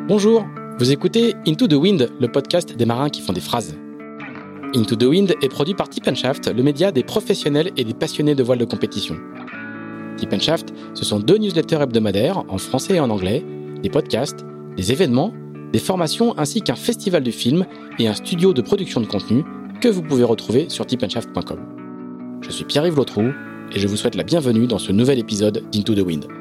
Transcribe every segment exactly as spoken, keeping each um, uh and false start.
Bonjour, vous écoutez Into the Wind, le podcast des marins qui font des phrases. Into the Wind est produit par Tip and Shaft, le média des professionnels et des passionnés de voile de compétition. Tip and Shaft, ce sont deux newsletters hebdomadaires en français et en anglais, des podcasts, des événements, des formations ainsi qu'un festival de films et un studio de production de contenu que vous pouvez retrouver sur tip and shaft point com. Je suis Pierre-Yves Lautroux et je vous souhaite la bienvenue dans ce nouvel épisode d'Into the Wind.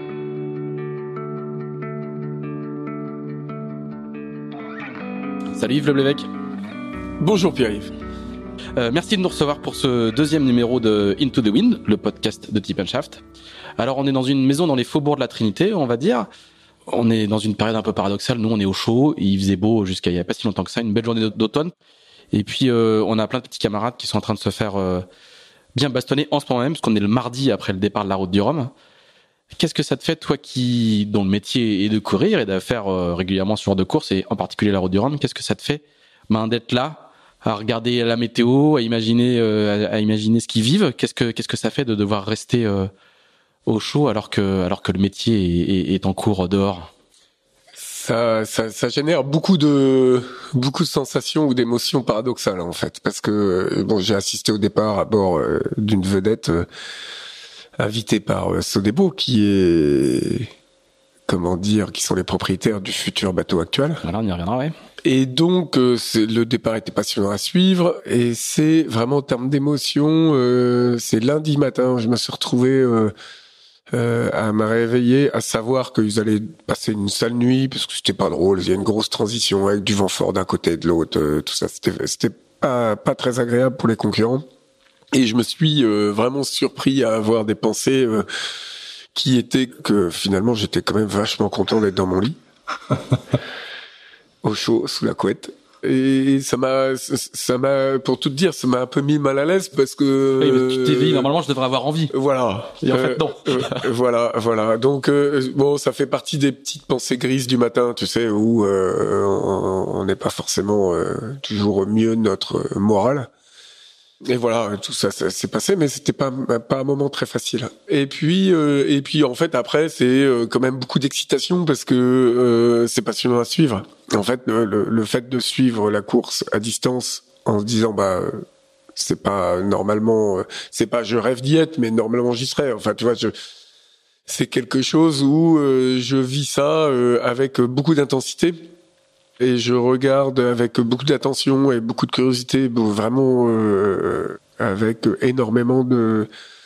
Salut Yves Leblévesque. Bonjour Pierre-Yves. Euh, merci de nous recevoir pour ce deuxième numéro de Into the Wind, le podcast de Tip and Shaft. Alors on est dans une maison dans les faubourgs de la Trinité, on va dire. On est dans une période un peu paradoxale. Nous on est au chaud, il faisait beau jusqu'à il y a pas si longtemps que ça, une belle journée d'automne. Et puis euh, on a plein de petits camarades qui sont en train de se faire euh, bien bastonner en ce moment même, parce qu'on est le mardi après le départ de la route du Rhum. Qu'est-ce que ça te fait, toi qui, dont le métier est de courir et de faire euh, régulièrement ce genre de course, et en particulier la route du Rhum, qu'est-ce que ça te fait ben, d'être là, à regarder la météo, à imaginer, euh, à, à imaginer ce qu'ils vivent? Qu'est-ce que, qu'est-ce que ça fait de devoir rester euh, au chaud alors que, alors que le métier est, est, est en cours dehors? Ça, ça, ça génère beaucoup de, beaucoup de sensations ou d'émotions paradoxales en fait, parce que bon, j'ai assisté au départ à bord euh, d'une vedette. Euh, invité par euh, Sodebo, qui est, comment dire, qui sont les propriétaires du futur bateau actuel. Voilà, on y reviendra, ouais. Et donc, euh, c'est, le départ était passionnant à suivre, et c'est vraiment en termes d'émotion, euh, c'est lundi matin, je me suis retrouvé euh, euh, à me réveiller, à savoir qu'ils allaient passer une sale nuit, parce que c'était pas drôle, il y a une grosse transition avec du vent fort d'un côté et de l'autre, euh, tout ça, c'était, c'était pas, pas très agréable pour les concurrents. Et je me suis euh, vraiment surpris à avoir des pensées euh, qui étaient que finalement j'étais quand même vachement content d'être dans mon lit, au chaud, sous la couette. Et ça m'a, ça m'a, pour tout te dire, ça m'a un peu mis mal à l'aise parce que. Oui, mais tu t'es dit, normalement, je devrais avoir envie. Voilà. Et en fait, non. Euh, euh, voilà, voilà. Donc euh, bon, ça fait partie des petites pensées grises du matin, tu sais, où euh, on n'est pas forcément euh, toujours mieux notre morale. Et voilà, tout ça, ça s'est passé, mais c'était pas pas un moment très facile. Et puis euh, et puis en fait après c'est euh, quand même beaucoup d'excitation parce que euh, c'est passionnant à suivre. En fait, le, le fait de suivre la course à distance en se disant bah c'est pas normalement, c'est pas je rêve d'y être, mais normalement j'y serais. Enfin tu vois, je c'est quelque chose où euh, je vis ça euh, avec beaucoup d'intensité. Et je regarde avec beaucoup d'attention et beaucoup de curiosité, vraiment euh, avec énormément de,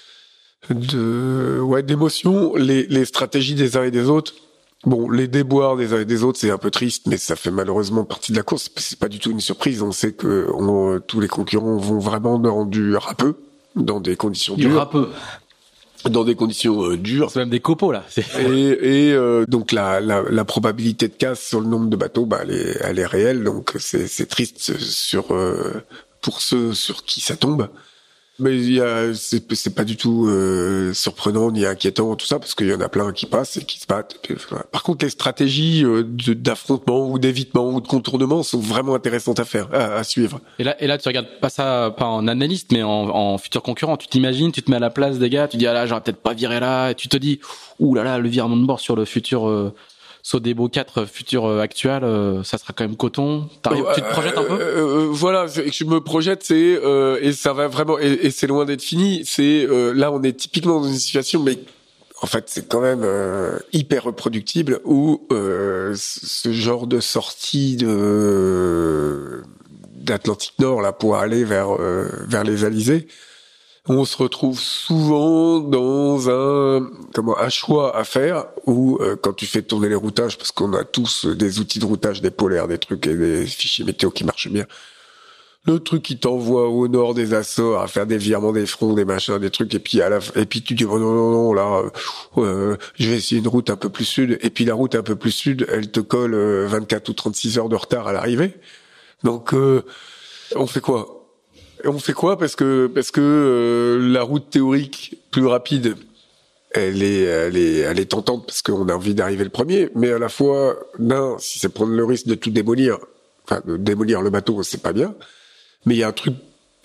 de ouais d'émotions, les, les stratégies des uns et des autres. Bon, les déboires des uns et des autres, c'est un peu triste, mais ça fait malheureusement partie de la course. C'est pas du tout une surprise. On sait que on, tous les concurrents vont vraiment dans du râpeux, dans des conditions du dures. Râpeux. Dans des conditions euh, dures. C'est même des copeaux, là. C'est... Et, et euh, donc la, la, la probabilité de casse sur le nombre de bateaux, bah, elle est, elle est réelle. Donc c'est, c'est triste sur euh, pour ceux sur qui ça tombe. Mais il y a, c'est, c'est pas du tout euh, surprenant ni inquiétant tout ça parce qu'il y en a plein qui passent et qui se battent. Puis, voilà. Par contre, les stratégies euh, de, d'affrontement ou d'évitement ou de contournement sont vraiment intéressantes à faire, à, à suivre. Et là, et là, tu regardes pas ça pas en analyste, mais en, en futur concurrent. Tu t'imagines, tu te mets à la place des gars, tu dis ah là, j'aurais peut-être pas viré là, et tu te dis ouh là là, le virement de bord sur le futur. Euh... Sodebo quatre futur euh, actuel, euh, ça sera quand même coton. T'arrives, tu te projettes un peu? euh, euh, Voilà, je me projette, c'est euh, et ça va vraiment et, et c'est loin d'être fini. C'est euh, là, on est typiquement dans une situation, mais en fait, c'est quand même euh, hyper reproductible où euh, ce genre de sortie de d'Atlantique Nord là pour aller vers euh, vers les Alizés. On se retrouve souvent dans un comment un choix à faire où euh, quand tu fais tourner les routages, parce qu'on a tous des outils de routage, des polaires, des trucs et des fichiers météo qui marchent bien, le truc qui t'envoie au nord des Açores à faire des virements des fronts, des machins, des trucs, et puis à la et puis tu dis oh non non non là euh, je vais essayer une route un peu plus sud, et puis la route un peu plus sud elle te colle euh, vingt-quatre ou trente-six heures de retard à l'arrivée. Donc euh, on fait quoi? On fait quoi parce que parce que euh, la route théorique plus rapide, elle est elle est elle est tentante parce qu'on a envie d'arriver le premier, mais à la fois d'un, si c'est prendre le risque de tout démolir, enfin de démolir le bateau, c'est pas bien. Mais il y a un truc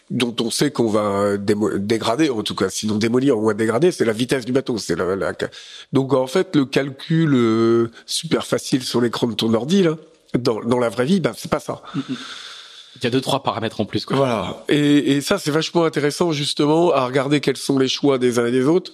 dont on sait qu'on va démo- dégrader, en tout cas, sinon démolir ou dégrader, c'est la vitesse du bateau. C'est la, la... Donc en fait, le calcul euh, super facile sur l'écran de ton ordi, là, dans, dans la vraie vie, ben c'est pas ça. Il y a deux trois paramètres en plus, quoi. Voilà. Et, et ça, c'est vachement intéressant justement à regarder quels sont les choix des uns et des autres.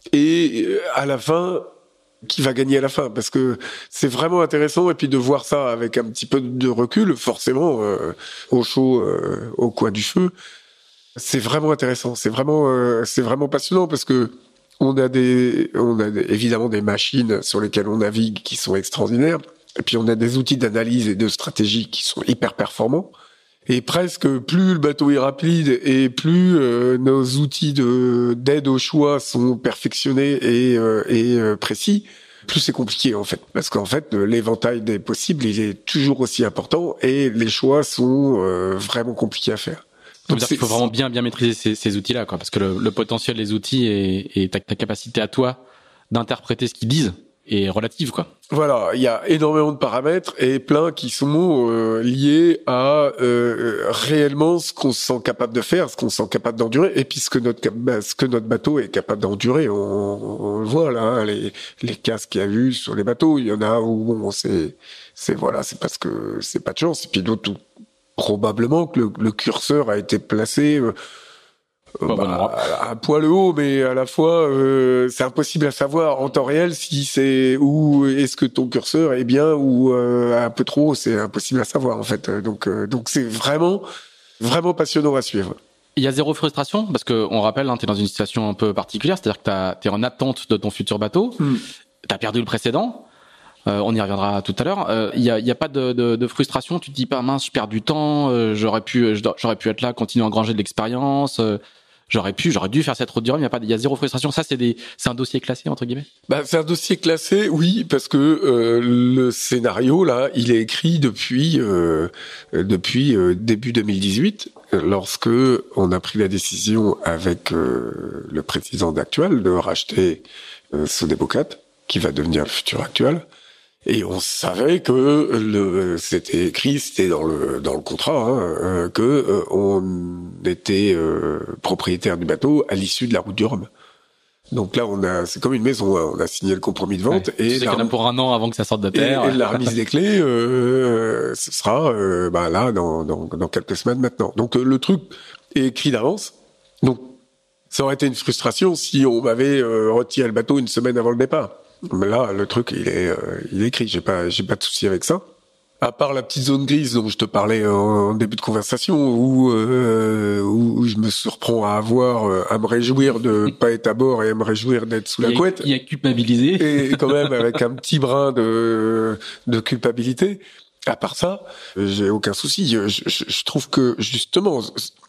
Et à la fin, qui va gagner à la fin, parce que c'est vraiment intéressant, et puis de voir ça avec un petit peu de recul, forcément, euh, au chaud, euh, au coin du feu, c'est vraiment intéressant, c'est vraiment, euh, c'est vraiment passionnant, parce que on a des, on a des, évidemment des machines sur lesquelles on navigue qui sont extraordinaires, et puis on a des outils d'analyse et de stratégie qui sont hyper performants. Et presque plus le bateau est rapide et plus euh, nos outils de d'aide au choix sont perfectionnés et, euh, et euh, précis, plus c'est compliqué en fait. Parce qu'en fait, l'éventail des possibles, il est toujours aussi important et les choix sont euh, vraiment compliqués à faire. Donc il faut vraiment bien bien maîtriser ces, ces outils-là, quoi, parce que le, le potentiel des outils et, et ta, ta capacité à toi d'interpréter ce qu'ils disent est relative, quoi. Voilà, il y a énormément de paramètres et plein qui sont euh, liés à euh, réellement ce qu'on se sent capable de faire, ce qu'on se sent capable d'endurer, et puis ce que notre bah, ce que notre bateau est capable d'endurer. On, on le voit là, hein, les les casques qu'il y a eu sur les bateaux, il y en a où bon, c'est c'est voilà, c'est parce que c'est pas de chance, et puis d'autres où probablement que le, le curseur a été placé. Euh, Bah, bah, à un poil haut, mais à la fois euh, c'est impossible à savoir en temps réel si c'est où est-ce que ton curseur est bien ou euh, un peu trop haut, c'est impossible à savoir en fait. Donc euh, donc c'est vraiment vraiment passionnant à suivre. Il y a zéro frustration parce que on rappelle, hein, t'es dans une situation un peu particulière, c'est-à-dire que t'as, t'es en attente de ton futur bateau, mm. t'as perdu le précédent. Euh, on y reviendra tout à l'heure. Il euh, y a, y a pas de, de, de frustration. Tu te dis pas mince, je perds du temps. Euh, j'aurais pu, j'aurais pu être là, continuer à engranger de l'expérience. Euh, J'aurais pu, j'aurais dû faire cette route du Rhum. Il y a pas, il y a zéro frustration. Ça, c'est des, c'est un dossier classé entre guillemets. Bah, c'est un dossier classé, oui, parce que euh, le scénario là, il est écrit depuis euh, depuis euh, début deux mille dix-huit, lorsque on a pris la décision avec euh, le président actuel de racheter euh, Sodebocat, qui va devenir le futur actuel. Et on savait que le, c'était écrit, c'était dans le dans le contrat, hein, euh, que euh, on était euh, propriétaire du bateau à l'issue de la route du Rhum. Donc là, on a, c'est comme une maison, hein, on a signé le compromis de vente, ouais, et tu sais qu'il y en a pour un an avant que ça sorte de terre. Et, et la remise des clés, euh, ce sera euh, bah là dans, dans dans quelques semaines maintenant. Donc euh, le truc est écrit d'avance. Donc ça aurait été une frustration si on m'avait euh, retiré le bateau une semaine avant le départ. Mais là, le truc, il est, euh, il est écrit. J'ai pas, j'ai pas de souci avec ça. À part la petite zone grise dont je te parlais en début de conversation, où, euh, où je me surprends à avoir, euh, à me réjouir de pas être à bord et à me réjouir d'être sous la couette. Il y a culpabilisé. Et quand même avec un petit brin de, de culpabilité. À part ça, j'ai aucun souci. Je, je, je trouve que justement,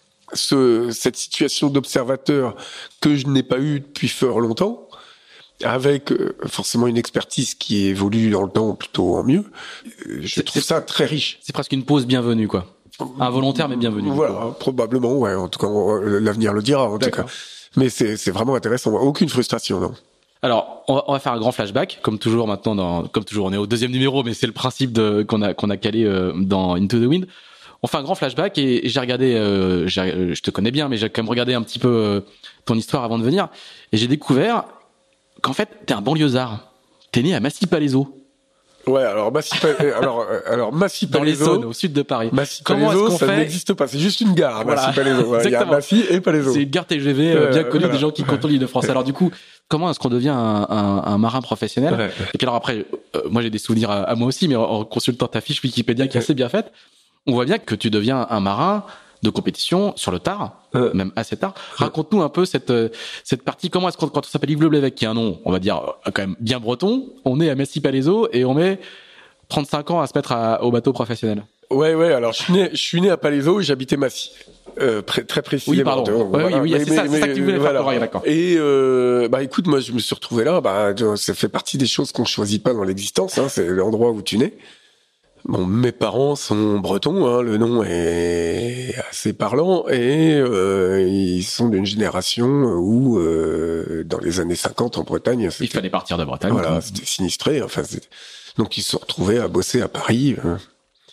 ce, cette situation d'observateur que je n'ai pas eue depuis fort longtemps, avec euh, forcément une expertise qui évolue dans le temps plutôt en mieux, je c'est, trouve c'est, ça très riche. C'est presque une pause bienvenue, quoi. Involontaire, mais bienvenue. Voilà, probablement, ouais. En tout cas, l'avenir le dira, en D'accord. tout cas. Mais c'est, c'est vraiment intéressant. Aucune frustration, non. Alors, on va, on va faire un grand flashback, comme toujours maintenant. Dans, comme toujours, on est au deuxième numéro, mais c'est le principe de, qu'on a qu'on a calé euh, dans Into the Wind. On fait un grand flashback et, et j'ai regardé. Euh, j'ai, je te connais bien, mais j'ai quand même regardé un petit peu euh, ton histoire avant de venir, et j'ai découvert qu'en fait, t'es un banlieusard. T'es né à Massy-Palaiseau. Ouais, alors Massy-Palaiseau, alors, alors Massy-Palaiseau. Dans l'Essonne, au sud de Paris. Massy-Palaiseau, ça fait... n'existe pas. C'est juste une gare, voilà. Massy-Palaiseau. Ouais, il y a Massy et Palaiseau. C'est une gare T G V euh, bien connue voilà. des gens qui contrôlent l'île de France. Alors du coup, comment est-ce qu'on devient un, un, un marin professionnel? Ouais. Et puis alors après, euh, moi j'ai des souvenirs à, à moi aussi, mais en, en consultant ta fiche Wikipédia qui est assez bien faite, on voit bien que tu deviens un marin de compétition sur le tard, euh. même assez tard. Raconte-nous un peu cette cette partie. Comment est-ce qu'on, quand on s'appelle Yves Le Blévec, qui est un nom, on va dire quand même bien breton, on est à Massy-Palaiseau et on met trente-cinq ans à se mettre à, au bateau professionnel. Ouais, ouais. Alors je suis né, je suis né à Palaiseau et j'habitais Massy. Euh, très, très précisément. Oui, pardon. Donc, ouais, voilà. oui, oui, mais, c'est, mais, ça, c'est mais, ça que tu voulais voilà. faire. D'accord. Et euh, bah écoute, moi je me suis retrouvé là. Bah ça fait partie des choses qu'on choisit pas dans l'existence. Hein, c'est l'endroit où tu nais. Bon, mes parents sont bretons, hein, le nom est assez parlant, et euh, ils sont d'une génération où, euh, dans les années cinquante en Bretagne, il fallait partir de Bretagne. Voilà, c'était sinistré. Enfin, c'était... donc ils se sont retrouvés à bosser à Paris. Euh,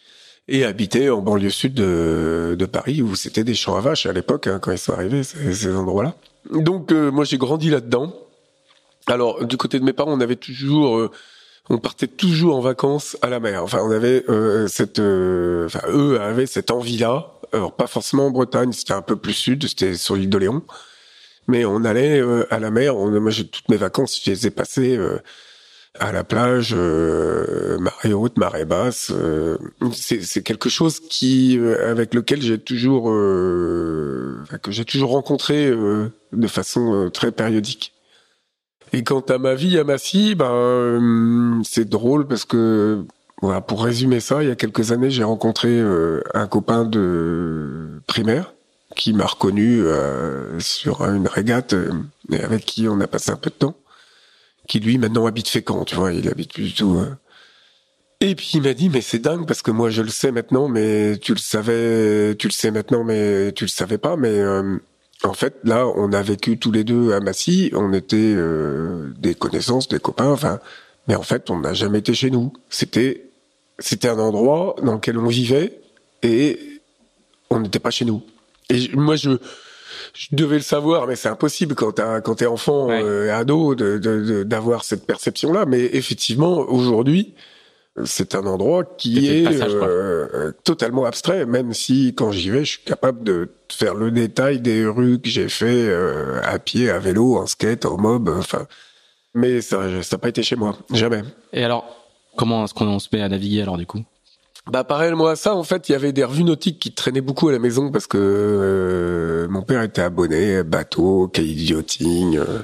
et habiter en banlieue sud de, de Paris, où c'était des champs à vaches à l'époque, hein, quand ils sont arrivés, ces, ces endroits-là. Donc euh, moi j'ai grandi là-dedans. Alors du côté de mes parents, on avait toujours, euh, on partait toujours en vacances à la mer. Enfin, on avait euh, cette, euh, enfin eux avaient cette envie-là. Alors pas forcément en Bretagne, c'était un peu plus sud, c'était sur l'île de Léon. Mais on allait euh, à la mer. On, moi, j'ai toutes mes vacances, je les ai passées euh, à la plage, euh, marée haute, marée basse. Euh, c'est, c'est quelque chose qui, euh, avec lequel j'ai toujours, euh, que j'ai toujours rencontré euh, de façon euh, très périodique. Et quant à ma vie à Massy, ben euh, c'est drôle parce que, voilà, pour résumer ça, il y a quelques années, j'ai rencontré euh, un copain de primaire qui m'a reconnu euh, sur une régate euh, et avec qui on a passé un peu de temps. Qui lui maintenant habite Fécamp, tu vois, il habite plus du tout. Hein. Et puis il m'a dit mais c'est dingue parce que moi je le sais maintenant, mais tu le savais, tu le sais maintenant, mais tu le savais pas. Mais euh, en fait là, on a vécu tous les deux à Massy, on était euh, des connaissances, des copains, enfin, mais en fait on n'a jamais été chez nous. C'était c'était un endroit dans lequel on vivait et on n'était pas chez nous. Et je, moi je Je devais le savoir, mais c'est impossible quand t'as, quand t'es enfant, ouais. euh, ado, de, de, de, d'avoir cette perception-là. Mais effectivement, aujourd'hui, c'est un endroit qui C'était est passage, euh, totalement abstrait, même si quand j'y vais, je suis capable de faire le détail des rues que j'ai fait euh, à pied, à vélo, en skate, en mob, enfin. Mais ça, ça n'a pas été chez moi, jamais. Et alors, comment est-ce qu'on se met à naviguer alors du coup ? Bah pareil, moi ça en fait il y avait des revues nautiques qui traînaient beaucoup à la maison parce que euh, mon père était abonné bateau, cahier de yachting, euh,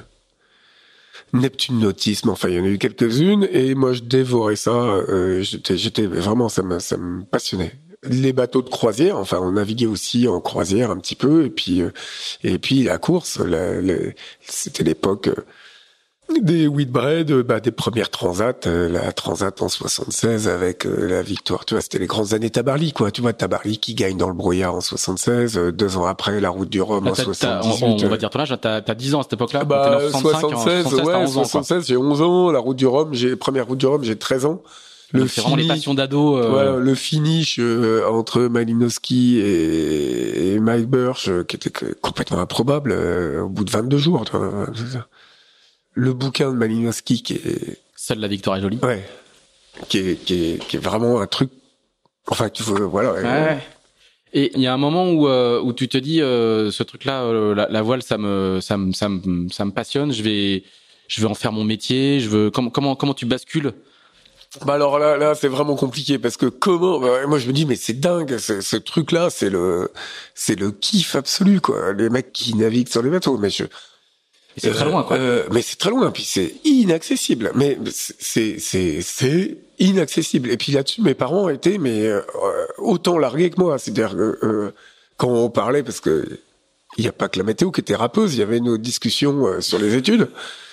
Neptune nautisme, enfin il y en a eu quelques-unes et moi je dévorais ça. Euh, j'étais, j'étais vraiment ça me ça me passionnait. Les bateaux de croisière, enfin on naviguait aussi en croisière un petit peu et puis euh, et puis la course, la, la, c'était l'époque. Euh, Des Whitbread, bah, des premières transats, euh, la transat en soixante-seize avec euh, la victoire, tu vois, c'était les grandes années Tabarly, quoi, tu vois, Tabarly qui gagne dans le brouillard en soixante-seize, euh, deux ans après, la route du Rhum là, en soixante-dix-huit. On, on va dire ton âge, t'as, t'as dix ans à cette époque-là, bah, soixante-seize, ouais, soixante-seize, j'ai onze ans, la route du Rhum, j'ai, première route du Rhum, j'ai treize ans. Le Donc, c'est fini, vraiment les passions d'ado. Euh... Voilà, le finish euh, entre Malinowski et, et Mike Birch, euh, qui était complètement improbable, euh, au bout de vingt-deux jours, tu vois, c'est ça. Le bouquin de Malinowski qui est... Seule la victoire est jolie. Ouais. Qui est, qui est, qui est vraiment un truc... Enfin, tu veux... Voilà. Ouais. ouais. Et il y a un moment où, euh, où tu te dis, euh, ce truc-là, euh, la, la voile, ça me, ça me, ça me, ça me passionne, je vais, je vais en faire mon métier, je veux... Comment, comment, comment tu bascules ? Bah alors là, là, c'est vraiment compliqué parce que comment... Bah, moi, je me dis, mais c'est dingue, ce, ce truc-là, c'est le, c'est le kiff absolu, quoi. Les mecs qui naviguent sur les bateaux, mais je... Et c'est euh, très loin, quoi. Euh, mais c'est très loin, puis c'est inaccessible. Mais c'est c'est c'est inaccessible. Et puis là-dessus, mes parents étaient mais euh, autant largués que moi. C'est-à-dire que euh, quand on parlait, parce que il y a pas que la météo qui était rappeuse, il y avait nos discussions euh, sur les études.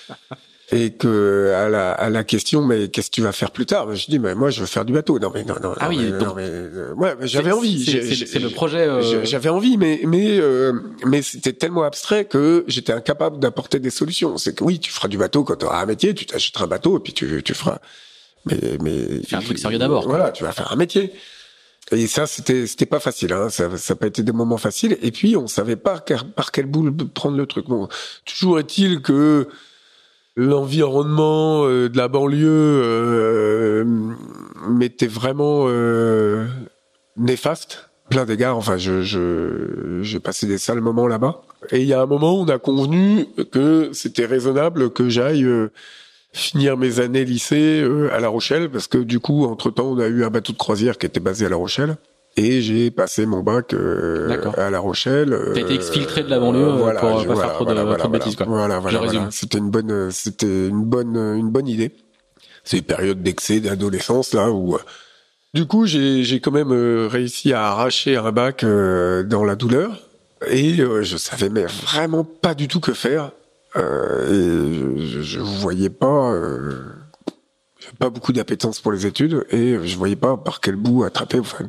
Et que à la à la question mais qu'est-ce que tu vas faire plus tard, je dis mais moi je veux faire du bateau. Non mais non non. Ah non, oui. Mais, donc, non, mais, euh, ouais, mais j'avais c'est, envie. C'est, c'est, c'est le projet. Euh... J'avais envie, mais mais euh, mais c'était tellement abstrait que j'étais incapable d'apporter des solutions. C'est que oui, tu feras du bateau quand tu auras un métier, tu t'achèteras un bateau et puis tu tu feras. Mais mais. Fais un truc sérieux d'abord. Voilà, quoi. Tu vas faire un métier. Et ça, c'était c'était pas facile. Hein. Ça ça n'a pas été des moments faciles. Et puis on savait pas par, par quelle boule prendre le truc. Bon, toujours est-il que l'environnement euh, de la banlieue euh, m'était vraiment euh, néfaste, plein d'égards. Enfin, je, je, j'ai passé des sales moments là-bas. Et il y a un moment, on a convenu que c'était raisonnable que j'aille euh, finir mes années lycée euh, à La Rochelle, parce que du coup, entre-temps, on a eu un bateau de croisière qui était basé à La Rochelle. Et j'ai passé mon bac euh, à La Rochelle. T'as été exfiltré de la banlieue euh, voilà, pour je, pas voilà, faire trop voilà, de, voilà, trop de bêtises, quoi. Voilà, voilà, voilà. C'était une bonne, c'était une bonne, une bonne idée. C'est une période d'excès, d'adolescence là où, euh, du coup, j'ai, j'ai quand même euh, réussi à arracher un bac euh, dans la douleur et euh, je savais mais vraiment pas du tout que faire. Euh, et je, je voyais pas. Euh, j'avais pas beaucoup d'appétence pour les études et je voyais pas par quel bout attraper. Enfin.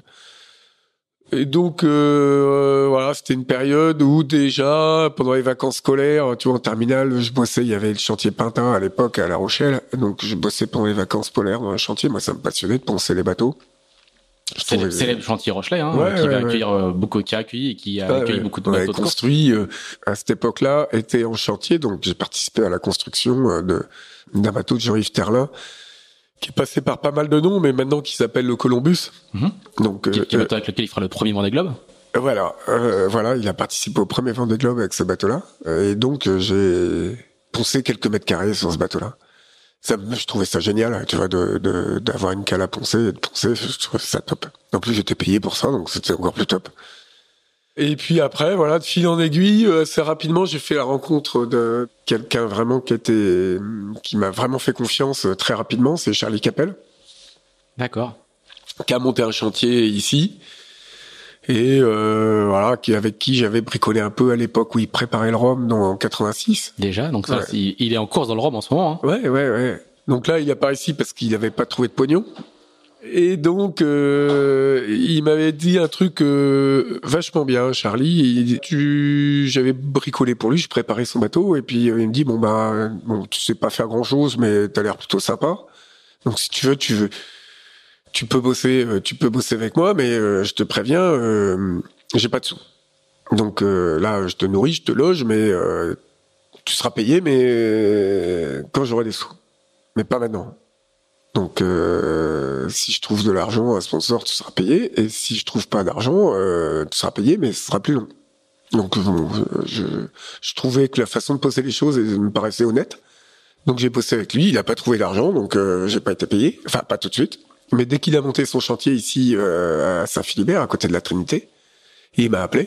Et donc euh, voilà, c'était une période où déjà pendant les vacances scolaires, tu vois, en terminale, je bossais. Il y avait le chantier Pintin à l'époque à La Rochelle, donc je bossais pendant les vacances polaires dans un chantier. Moi, ça me passionnait de poncer les bateaux. C'est le célèbre chantier Rochelet, hein, ouais, qui ouais, va ouais. accueillir beaucoup, qui a accueilli et qui a ouais, accueilli ouais. beaucoup de On bateaux avait de course. construit, euh, à cette époque-là, était en chantier, donc j'ai participé à la construction euh, de d'un bateau de Jean-Yves Terlin, qui est passé par pas mal de noms, mais maintenant qui s'appelle le Columbus. Mm-hmm. Donc, qui, euh, qui est le bateau avec lequel il fera le premier Vendée Globe. Voilà, euh, voilà, il a participé au premier Vendée Globe avec ce bateau-là, et donc euh, j'ai poncé quelques mètres carrés sur ce bateau-là. Ça, je trouvais ça génial, tu vois, de, de, d'avoir une cale à poncer et de poncer, je trouvais ça top. En plus, j'étais payé pour ça, donc c'était encore plus top. Et puis après, voilà, de fil en aiguille, assez rapidement, j'ai fait la rencontre de quelqu'un vraiment qui était, qui m'a vraiment fait confiance très rapidement, c'est Charlie Capel. D'accord. Qui a monté un chantier ici. Et euh, voilà, qui avec qui j'avais bricolé un peu à l'époque où il préparait le Rhum dans en quatre-vingt-six. Déjà, donc ça, ouais. il, il est en course dans le Rhum en ce moment. Hein. Ouais, ouais, ouais. Donc là, il est pas ici parce qu'il avait pas trouvé de pognon. Et donc, euh, il m'avait dit un truc euh, vachement bien, Charlie. Il, tu, j'avais bricolé pour lui, je préparais son bateau, et puis euh, il me dit bon bah, bon, tu sais pas faire grand chose, mais t'as l'air plutôt sympa. Donc si tu veux, tu veux. Tu peux bosser, tu peux bosser avec moi, mais euh, je te préviens, euh, j'ai pas de sous. Donc euh, là, je te nourris, je te loge, mais euh, tu seras payé, mais euh, quand j'aurai des sous, mais pas maintenant. Donc euh, si je trouve de l'argent, un sponsor, tu seras payé, et si je trouve pas d'argent, euh, tu seras payé, mais ce sera plus long. Donc bon, je, je trouvais que la façon de poser les choses me paraissait honnête. Donc j'ai bossé avec lui, il a pas trouvé d'argent, donc euh, j'ai pas été payé, enfin pas tout de suite. Mais dès qu'il a monté son chantier ici euh, à Saint-Philibert, à côté de la Trinité, il m'a appelé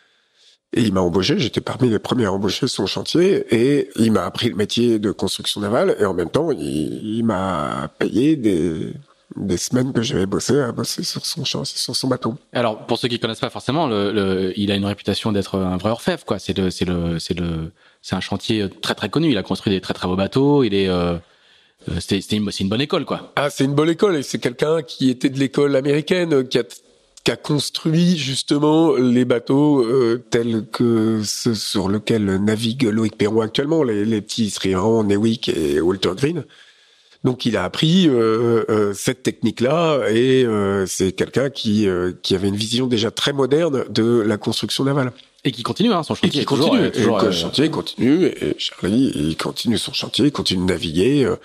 et il m'a embauché. J'étais parmi les premiers à embaucher sur son chantier et il m'a appris le métier de construction navale et en même temps, il, il m'a payé des, des semaines que j'avais bossé à bosser sur son chantier, sur son bateau. Alors pour ceux qui connaissent pas forcément, le, le, il a une réputation d'être un vrai orfèvre, quoi. C'est le, c'est le, c'est le, c'est un chantier très très connu. Il a construit des très très beaux bateaux. Il est euh... C'est, c'est, une, c'est une bonne école, quoi. Ah, c'est une bonne école, et c'est quelqu'un qui était de l'école américaine, qui a, qui a construit justement les bateaux euh, tels que ceux sur lesquels navigue Loïc Perron actuellement, les, les petits Sriran, Newick et Walter Green. Donc il a appris euh, euh, cette technique-là, et euh, c'est quelqu'un qui, euh, qui avait une vision déjà très moderne de la construction navale. Et qui continue, hein, son chantier. Et qui toujours, continue, euh, toujours, et le euh... chantier continue, et Charlie, il continue son chantier, il continue de naviguer. Euh,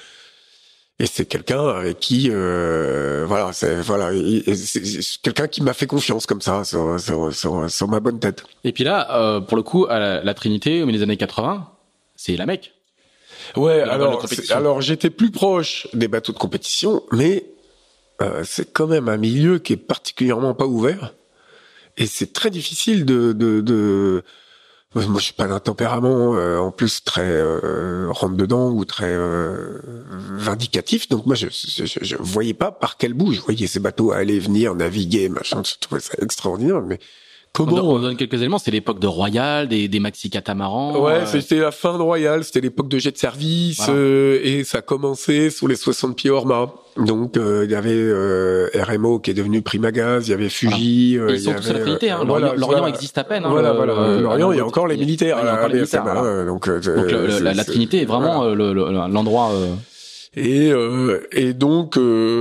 Et c'est quelqu'un avec qui, euh, voilà, c'est voilà, c'est, c'est quelqu'un qui m'a fait confiance comme ça, sur, sur, sur, sur ma bonne tête. Et puis là, euh, pour le coup, à la, la Trinité, au milieu des années quatre-vingts, c'est la Mecque. Ouais, alors, alors j'étais plus proche des bateaux de compétition, mais euh, c'est quand même un milieu qui est particulièrement pas ouvert, et c'est très difficile de, de, de moi, je suis pas d'un tempérament, euh, en plus très euh, rentre dedans ou très euh, vindicatif. Donc moi, je, je, je, je voyais pas par quel bout. Je voyais ces bateaux aller, venir, naviguer, machin. Je trouvais ça extraordinaire. Mais comment on, on donne quelques éléments. C'est l'époque de Royal, des, des maxi catamarans. Ouais, euh... c'était la fin de Royal. C'était l'époque de jet de service, voilà. euh, et ça commençait sous les soixante pieds Orma. Donc euh, il y avait euh, R M O qui est devenu Primagaz, il y avait Fuji, voilà. euh, Ils sont il y tous avait, à la Trinité, hein. euh, Lorient, voilà, Lorient voilà. existe à peine. Hein, voilà, le, voilà. euh, Lorient, il y a encore les militaires. Il y a encore les militaires. Voilà. Voilà. Donc, euh, donc le, le, la, la Trinité est vraiment voilà. le, le, l'endroit. Euh... Et euh, et donc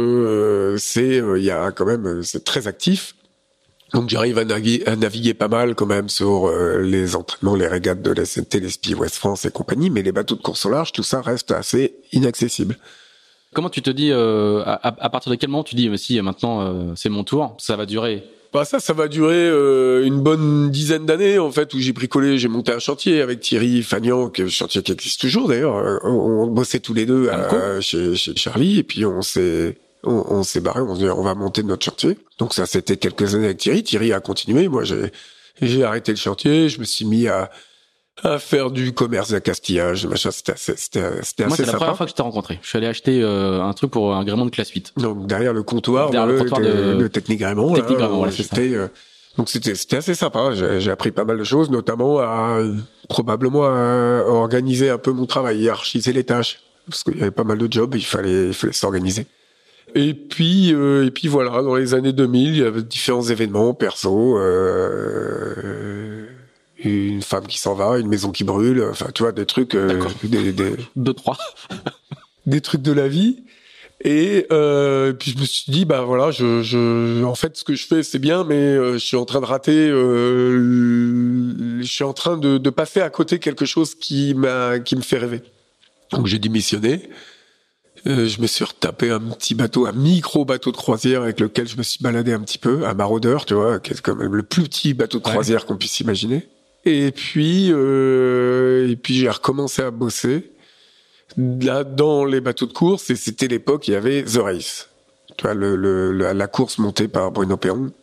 euh, c'est il euh, y a quand même c'est très actif. Donc j'arrive à naviguer, à naviguer pas mal quand même sur euh, les entraînements, les régates de la S N T, les Spi West France et compagnie, mais les bateaux de course au large, tout ça reste assez inaccessible. Comment tu te dis, euh, à, à partir de quel moment tu dis, mais si maintenant euh, c'est mon tour, ça va durer? Bah ça, ça va durer euh, une bonne dizaine d'années en fait, où j'ai bricolé, j'ai monté un chantier avec Thierry Fagnan, qui est un chantier qui existe toujours d'ailleurs. On, on bossait tous les deux à, chez, chez Charlie, et puis on s'est on, on s'est barré, on s'est dit on va monter notre chantier. Donc ça, c'était quelques années avec Thierry. Thierry a continué, moi j'ai j'ai arrêté le chantier, je me suis mis à à faire du commerce d'accastillage, machin, c'était assez, c'était, c'était Moi, assez c'est la sympa. première fois que je t'ai rencontré. Je suis allé acheter euh, un truc pour un gréement de classe huit. Donc, derrière le comptoir, derrière de, le comptoir de, de, de Technique Grément. Technique là, Grément, voilà, c'est j'étais, euh, donc, c'était, c'était assez sympa. J'ai, j'ai appris pas mal de choses, notamment à, euh, probablement à organiser un peu mon travail, hiérarchiser les tâches. Parce qu'il y avait pas mal de jobs, il fallait, il fallait s'organiser. Et puis, euh, et puis voilà, dans les années deux mille, il y avait différents événements perso, euh, une femme qui s'en va, une maison qui brûle, enfin tu vois des trucs, euh, des, des, deux trois, des trucs de la vie. Et euh, puis je me suis dit bah voilà, je, je, en fait ce que je fais c'est bien, mais euh, je suis en train de rater, euh, je suis en train de, de passer à côté quelque chose qui m'a, qui me fait rêver. Donc j'ai démissionné. Euh, je me suis retapé un petit bateau, un micro bateau de croisière avec lequel je me suis baladé un petit peu, un maraudeur, tu vois, qui est quand même le plus petit bateau de croisière ouais. qu'on puisse imaginer. Et puis, euh, et puis j'ai recommencé à bosser. Là, dans les bateaux de course, et c'était l'époque, il y avait The Race. Tu vois, le, le, la, la course montée par Bruno Perron.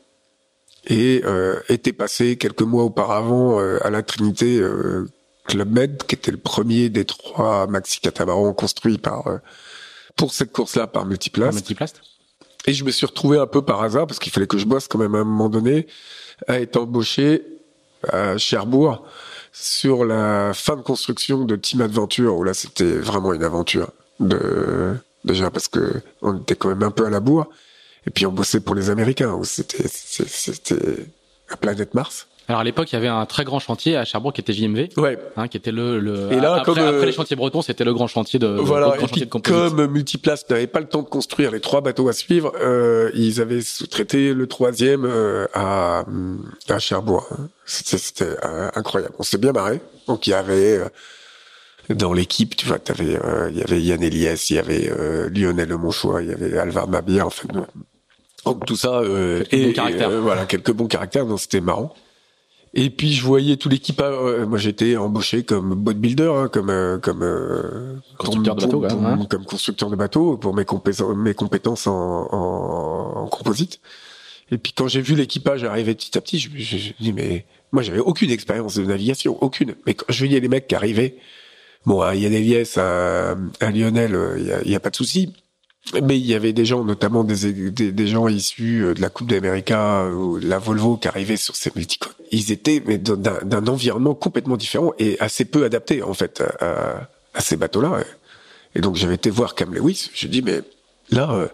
Et euh, était passé quelques mois auparavant euh, à la Trinité euh, Club Med, qui était le premier des trois maxi-catamarans construits par, euh, pour cette course-là par Multiplast. Par Multiplast. Et je me suis retrouvé un peu par hasard, parce qu'il fallait que je bosse quand même à un moment donné, à être embauché à Cherbourg, sur la fin de construction de Team Adventure, où là c'était vraiment une aventure de déjà parce que on était quand même un peu à la bourre, et puis on bossait pour les Américains, où c'était c'était la planète Mars. Alors à l'époque, il y avait un très grand chantier à Cherbourg qui était J M V, ouais, hein, qui était le, le... Et là, après, comme, après les chantiers bretons, c'était le grand chantier de voilà. grand Et puis, de composite. Comme Multiplast n'avait pas le temps de construire les trois bateaux à suivre, euh, ils avaient sous-traité le troisième euh, à à Cherbourg. C'était, c'était euh, incroyable. On s'est bien marré. Donc il y avait euh, dans l'équipe, tu vois, t'avais euh, il y avait Yann Eliès, il y avait euh, Lionel Lemonchois, il y avait Alvar Mabir, en fait. Donc tout ça euh, quelques et, bons caractères. Euh, voilà, quelques bons caractères. Donc c'était marrant. Et puis je voyais tout l'équipage. Euh, moi j'étais embauché comme boatbuilder, hein, comme euh, comme euh, constructeur pour, de bateau, pour, pour, hein. comme constructeur de bateau pour mes compétences, mes compétences en, en, en composite. Et puis quand j'ai vu l'équipage arriver petit à petit, je me suis dit mais moi j'avais aucune expérience de navigation, aucune. Mais quand je voyais les mecs qui arrivaient, bon, à Yann Eliès, à, à Lionel, il y a, y a pas de souci. Mais il y avait des gens, notamment des, des, des gens issus de la Coupe d'América ou de la Volvo qui arrivaient sur ces multicoques. Ils étaient mais d'un, d'un environnement complètement différent et assez peu adapté en fait à, à ces bateaux-là. Et donc j'avais été voir Cam Lewis. Je dis mais là, euh,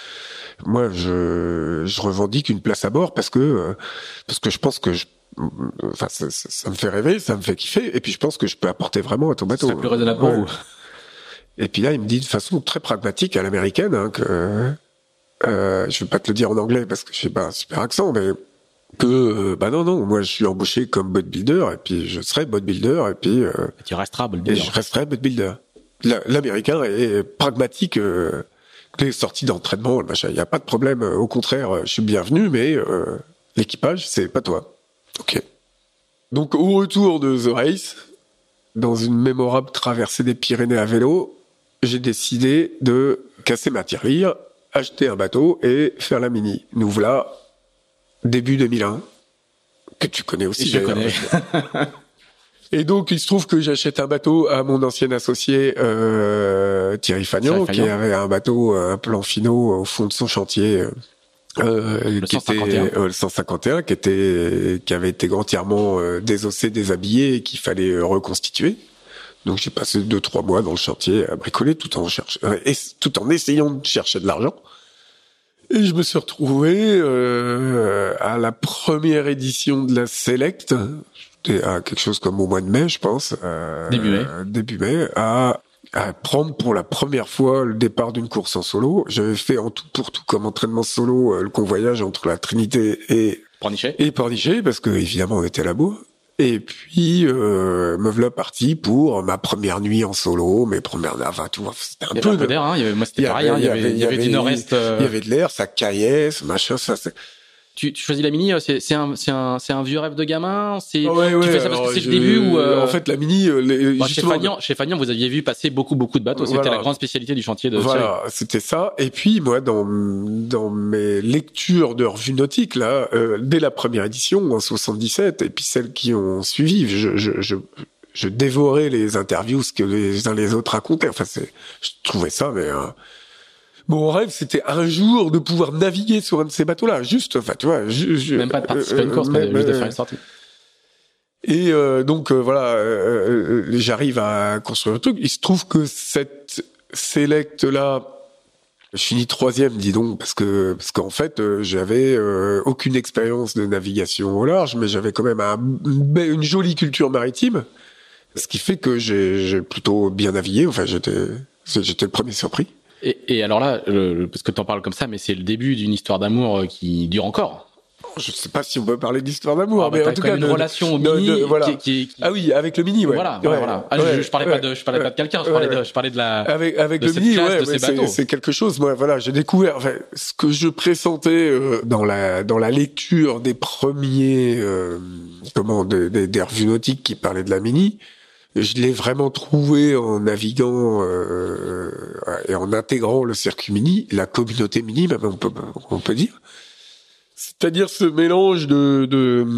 moi je, je revendique une place à bord parce que euh, parce que je pense que je, enfin ça, ça, ça me fait rêver, ça me fait kiffer et puis je pense que je peux apporter vraiment à ton bateau. C'est plus raisonnable pour ouais. vous. Et puis là, il me dit de façon très pragmatique à l'américaine hein, que euh, je vais pas te le dire en anglais parce que je sais pas un super accent, mais que euh, bah non non, moi je suis embauché comme boatbuilder et puis je serai boatbuilder et puis euh, et tu resteras boatbuilder. Et je resterai boatbuilder. L'américain est pragmatique. Euh, les sorties d'entraînement, le machin, il y a pas de problème. Au contraire, je suis bienvenu, mais euh, l'équipage, c'est pas toi. Ok. Donc au retour de The Race, dans une mémorable traversée des Pyrénées à vélo, j'ai décidé de casser ma tirelire, acheter un bateau et faire la Mini. Nous voilà, début deux mille un, que tu connais aussi. Je connais. Et donc, il se trouve que j'achète un bateau à mon ancien associé euh, Thierry Fagnan, qui avait un bateau, un plan finaux au fond de son chantier, euh, le qui cent cinquante et un. était euh, le cent cinquante et un, qui était, qui avait été entièrement euh, désossé, déshabillé, et qu'il fallait euh, reconstituer. Donc j'ai passé deux trois mois dans le chantier à bricoler tout en cherchant, et tout en essayant de chercher de l'argent. Et je me suis retrouvé euh, à la première édition de la Select, à quelque chose comme au mois de mai, je pense. Euh, début mai. Début mai, à, à prendre pour la première fois le départ d'une course en solo. J'avais fait en tout pour tout comme entraînement solo euh, le convoyage entre la Trinité et Pornichet. Et Pornichet, parce que évidemment on était à la bourre. Et puis, euh, me voilà parti pour ma première nuit en solo, mes premières naves, tout. C'était un il y peu avait un peu d'air, hein. Il y avait, moi, c'était pareil, hein. Il y avait, il y avait du nord-est. Euh... Il y avait de l'air, ça caillait, ce machin, ça, c'est... Tu, tu choisis la Mini, c'est, c'est un, c'est un, c'est un vieux rêve de gamin. C'est, ah ouais, tu ouais, fais ça parce que c'est je... le début ou euh... en fait la Mini, euh, les, bah, justement... chez Fagnan, chez Fagnan, vous aviez vu passer beaucoup, beaucoup de bateaux. C'était voilà. La grande spécialité du chantier de. Voilà, Thierry. C'était ça. Et puis moi, dans dans mes lectures de revues nautiques là, euh, dès la première édition en soixante-dix-sept, et puis celles qui ont suivi, je je je, je dévorais les interviews, ce que les uns les autres racontaient. Enfin, c'est, je trouvais ça, mais. Euh, Mon rêve, c'était un jour de pouvoir naviguer sur un de ces bateaux-là, juste, enfin, tu vois, je, je, même pas de participer à une course, mais, mais juste de faire une sortie. Et euh, donc euh, voilà, euh, euh, j'arrive à construire le truc. Il se trouve que cette Select-là, je finis troisième, dis donc, parce que parce qu'en fait, euh, j'avais euh, aucune expérience de navigation au large, mais j'avais quand même un, une, une jolie culture maritime, ce qui fait que j'ai, j'ai plutôt bien navigué. Enfin, j'étais j'étais le premier surpris. Et, et alors là, euh, parce que t'en parles comme ça, mais c'est le début d'une histoire d'amour qui dure encore. Je sais pas si on peut parler d'histoire d'amour, ah, bah, mais en tout cas une de, relation au de, mini de, voilà. qui, qui, qui... ah oui, avec le mini, ouais. Voilà, voilà. ouais, voilà. Ah, ouais, je, je parlais ouais, pas de, je parlais ouais, pas de quelqu'un, je ouais, parlais ouais. de, je parlais de la. Avec avec de le mini, classe, ouais, de ces c'est, c'est quelque chose. Moi, voilà, j'ai découvert enfin, ce que je pressentais euh, dans la dans la lecture des premiers euh, comment des, des, des revues nautiques qui parlaient de la mini. Je l'ai vraiment trouvé en naviguant euh, et en intégrant le circuit mini, la communauté mini, même on peut on peut dire. C'est-à-dire ce mélange de, de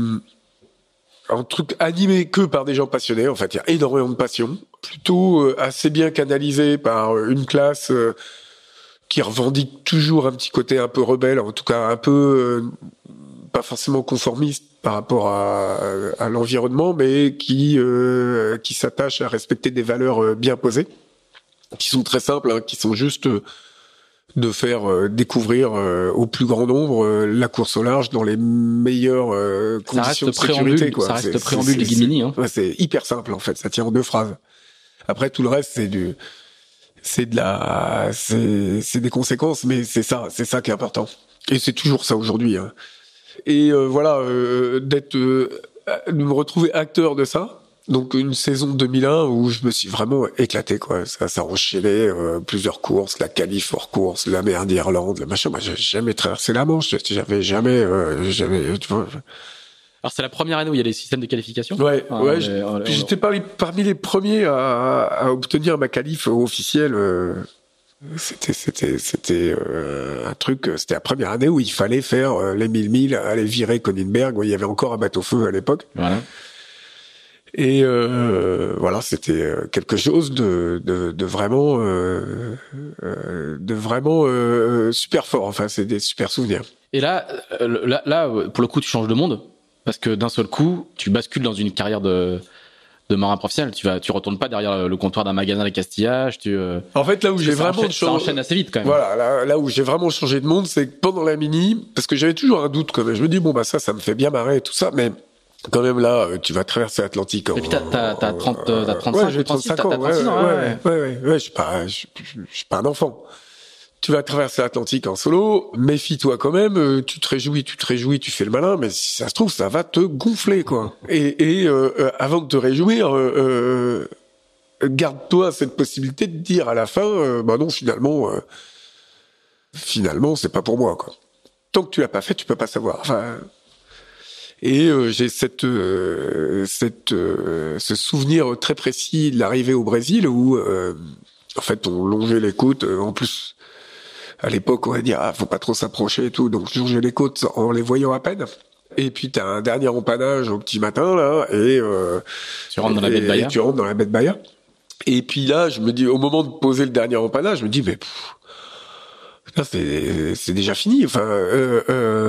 un truc animé que par des gens passionnés. En fait, il y a énormément de passion, plutôt euh, assez bien canalisé par une classe euh, qui revendique toujours un petit côté un peu rebelle, en tout cas un peu euh, pas forcément conformiste par rapport à, à l'environnement, mais qui euh, qui s'attache à respecter des valeurs euh, bien posées, qui sont très simples, hein, qui sont juste euh, de faire euh, découvrir euh, au plus grand nombre euh, la course au large dans les meilleures euh, conditions de sécurité. Quoi. Ça reste c'est, préambule c'est, des Guimini. Hein. Ouais, c'est hyper simple en fait, ça tient en deux phrases. Après tout le reste c'est du, c'est de la, c'est, c'est des conséquences, mais c'est ça, c'est ça qui est important. Et c'est toujours ça aujourd'hui. Hein. Et euh, voilà, euh, d'être, euh, de me retrouver acteur de ça. Donc une saison deux mille un où je me suis vraiment éclaté quoi. Ça, ça enchaînait euh, plusieurs courses, la qualif hors course, la mer d'Irlande, le machin. Moi, j'ai jamais traversé la Manche. J'avais jamais, euh, jamais. Tu vois. Alors c'est la première année où il y a les systèmes de qualification. Ouais, enfin, ouais. On je, est, on est, puis j'étais parmi, parmi les premiers à, à obtenir ma qualif officielle. Euh, c'était, c'était, c'était euh, un truc. C'était la première année où il fallait faire euh, les mille milles, aller virer Königsberg, où il y avait encore un bateau-feu à l'époque. Voilà. Et euh, voilà, c'était quelque chose de, de, de vraiment, euh, de vraiment euh, super fort. Enfin, c'est des super souvenirs. Et là, là, là, pour le coup, tu changes de monde parce que d'un seul coup, tu bascules dans une carrière de de marin professionnel. Tu vas, tu retournes pas derrière le comptoir d'un magasin de Castillage. Tu. En fait, là où j'ai vraiment enchaîne, changé, ça enchaîne assez vite quand même. Voilà, là, là où j'ai vraiment changé de monde, c'est que pendant la mini, parce que j'avais toujours un doute quand même. Je me dis bon bah ça, ça me fait bien marrer et tout ça, mais quand même là, tu vas traverser l'Atlantique. Et puis t'as, t'as, t'as trente, t'as trente-cinq, ouais, j'ai trente-cinq ans, t'as trente-six ouais, ans, ouais, ouais, ouais, ouais, ouais, ouais, je suis pas, je, je, je suis pas un enfant. Tu vas traverser l'Atlantique en solo, méfie-toi quand même, tu te réjouis, tu te réjouis, tu fais le malin, mais si ça se trouve, ça va te gonfler, quoi. Et, et euh, euh, avant de te réjouir, euh, euh, garde-toi cette possibilité de dire à la fin, euh, bah non, finalement, euh, finalement, c'est pas pour moi, quoi. Tant que tu l'as pas fait, tu peux pas savoir. Enfin, et euh, j'ai cette, euh, cette, euh, ce souvenir très précis de l'arrivée au Brésil où, euh, en fait, on longeait les côtes. Euh, en plus, à l'époque, on va dire, ah, faut pas trop s'approcher et tout. Donc, je longeais les côtes en les voyant à peine. Et puis, t'as un dernier empannage au petit matin, là, et, euh, tu rentres dans la baie de Bahia. Et tu rentres dans la baie de Bahia. Et puis là, je me dis, au moment de poser le dernier empannage, je me dis, mais, pff, putain, c'est, c'est déjà fini. Enfin, euh,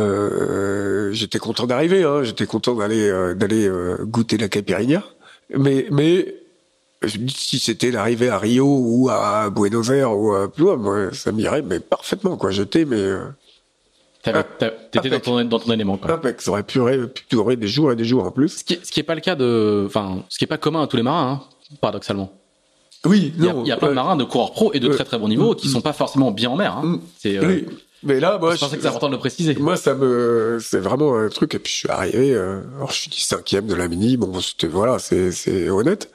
euh, j'étais content d'arriver, hein. J'étais content d'aller, euh, d'aller, euh, goûter la caipirinha. Mais, mais, je me dis, si c'était l'arrivée à Rio ou à Buenos Aires ou à plus loin, moi, ça m'irait, mais parfaitement, quoi. J'étais, mais, euh, T'avais, t'étais dans ton, dans ton élément, quoi. Impec. Ça aurait pu durer des jours et des jours en plus. Ce qui, ce qui est pas le cas de, enfin, ce qui est pas commun à tous les marins, hein, paradoxalement. Oui, il y a, non. Il y a plein euh, de marins de coureurs pro et de euh, très très bon niveau euh, qui sont pas forcément bien en mer, hein. euh, C'est, euh, oui. Mais là, moi, je pensais que c'est important de le préciser. Moi, ça me, c'est vraiment un truc. Et puis, je suis arrivé, euh, alors, je suis dit cinquième de la mini. Bon, c'était, voilà, c'est, c'est honnête.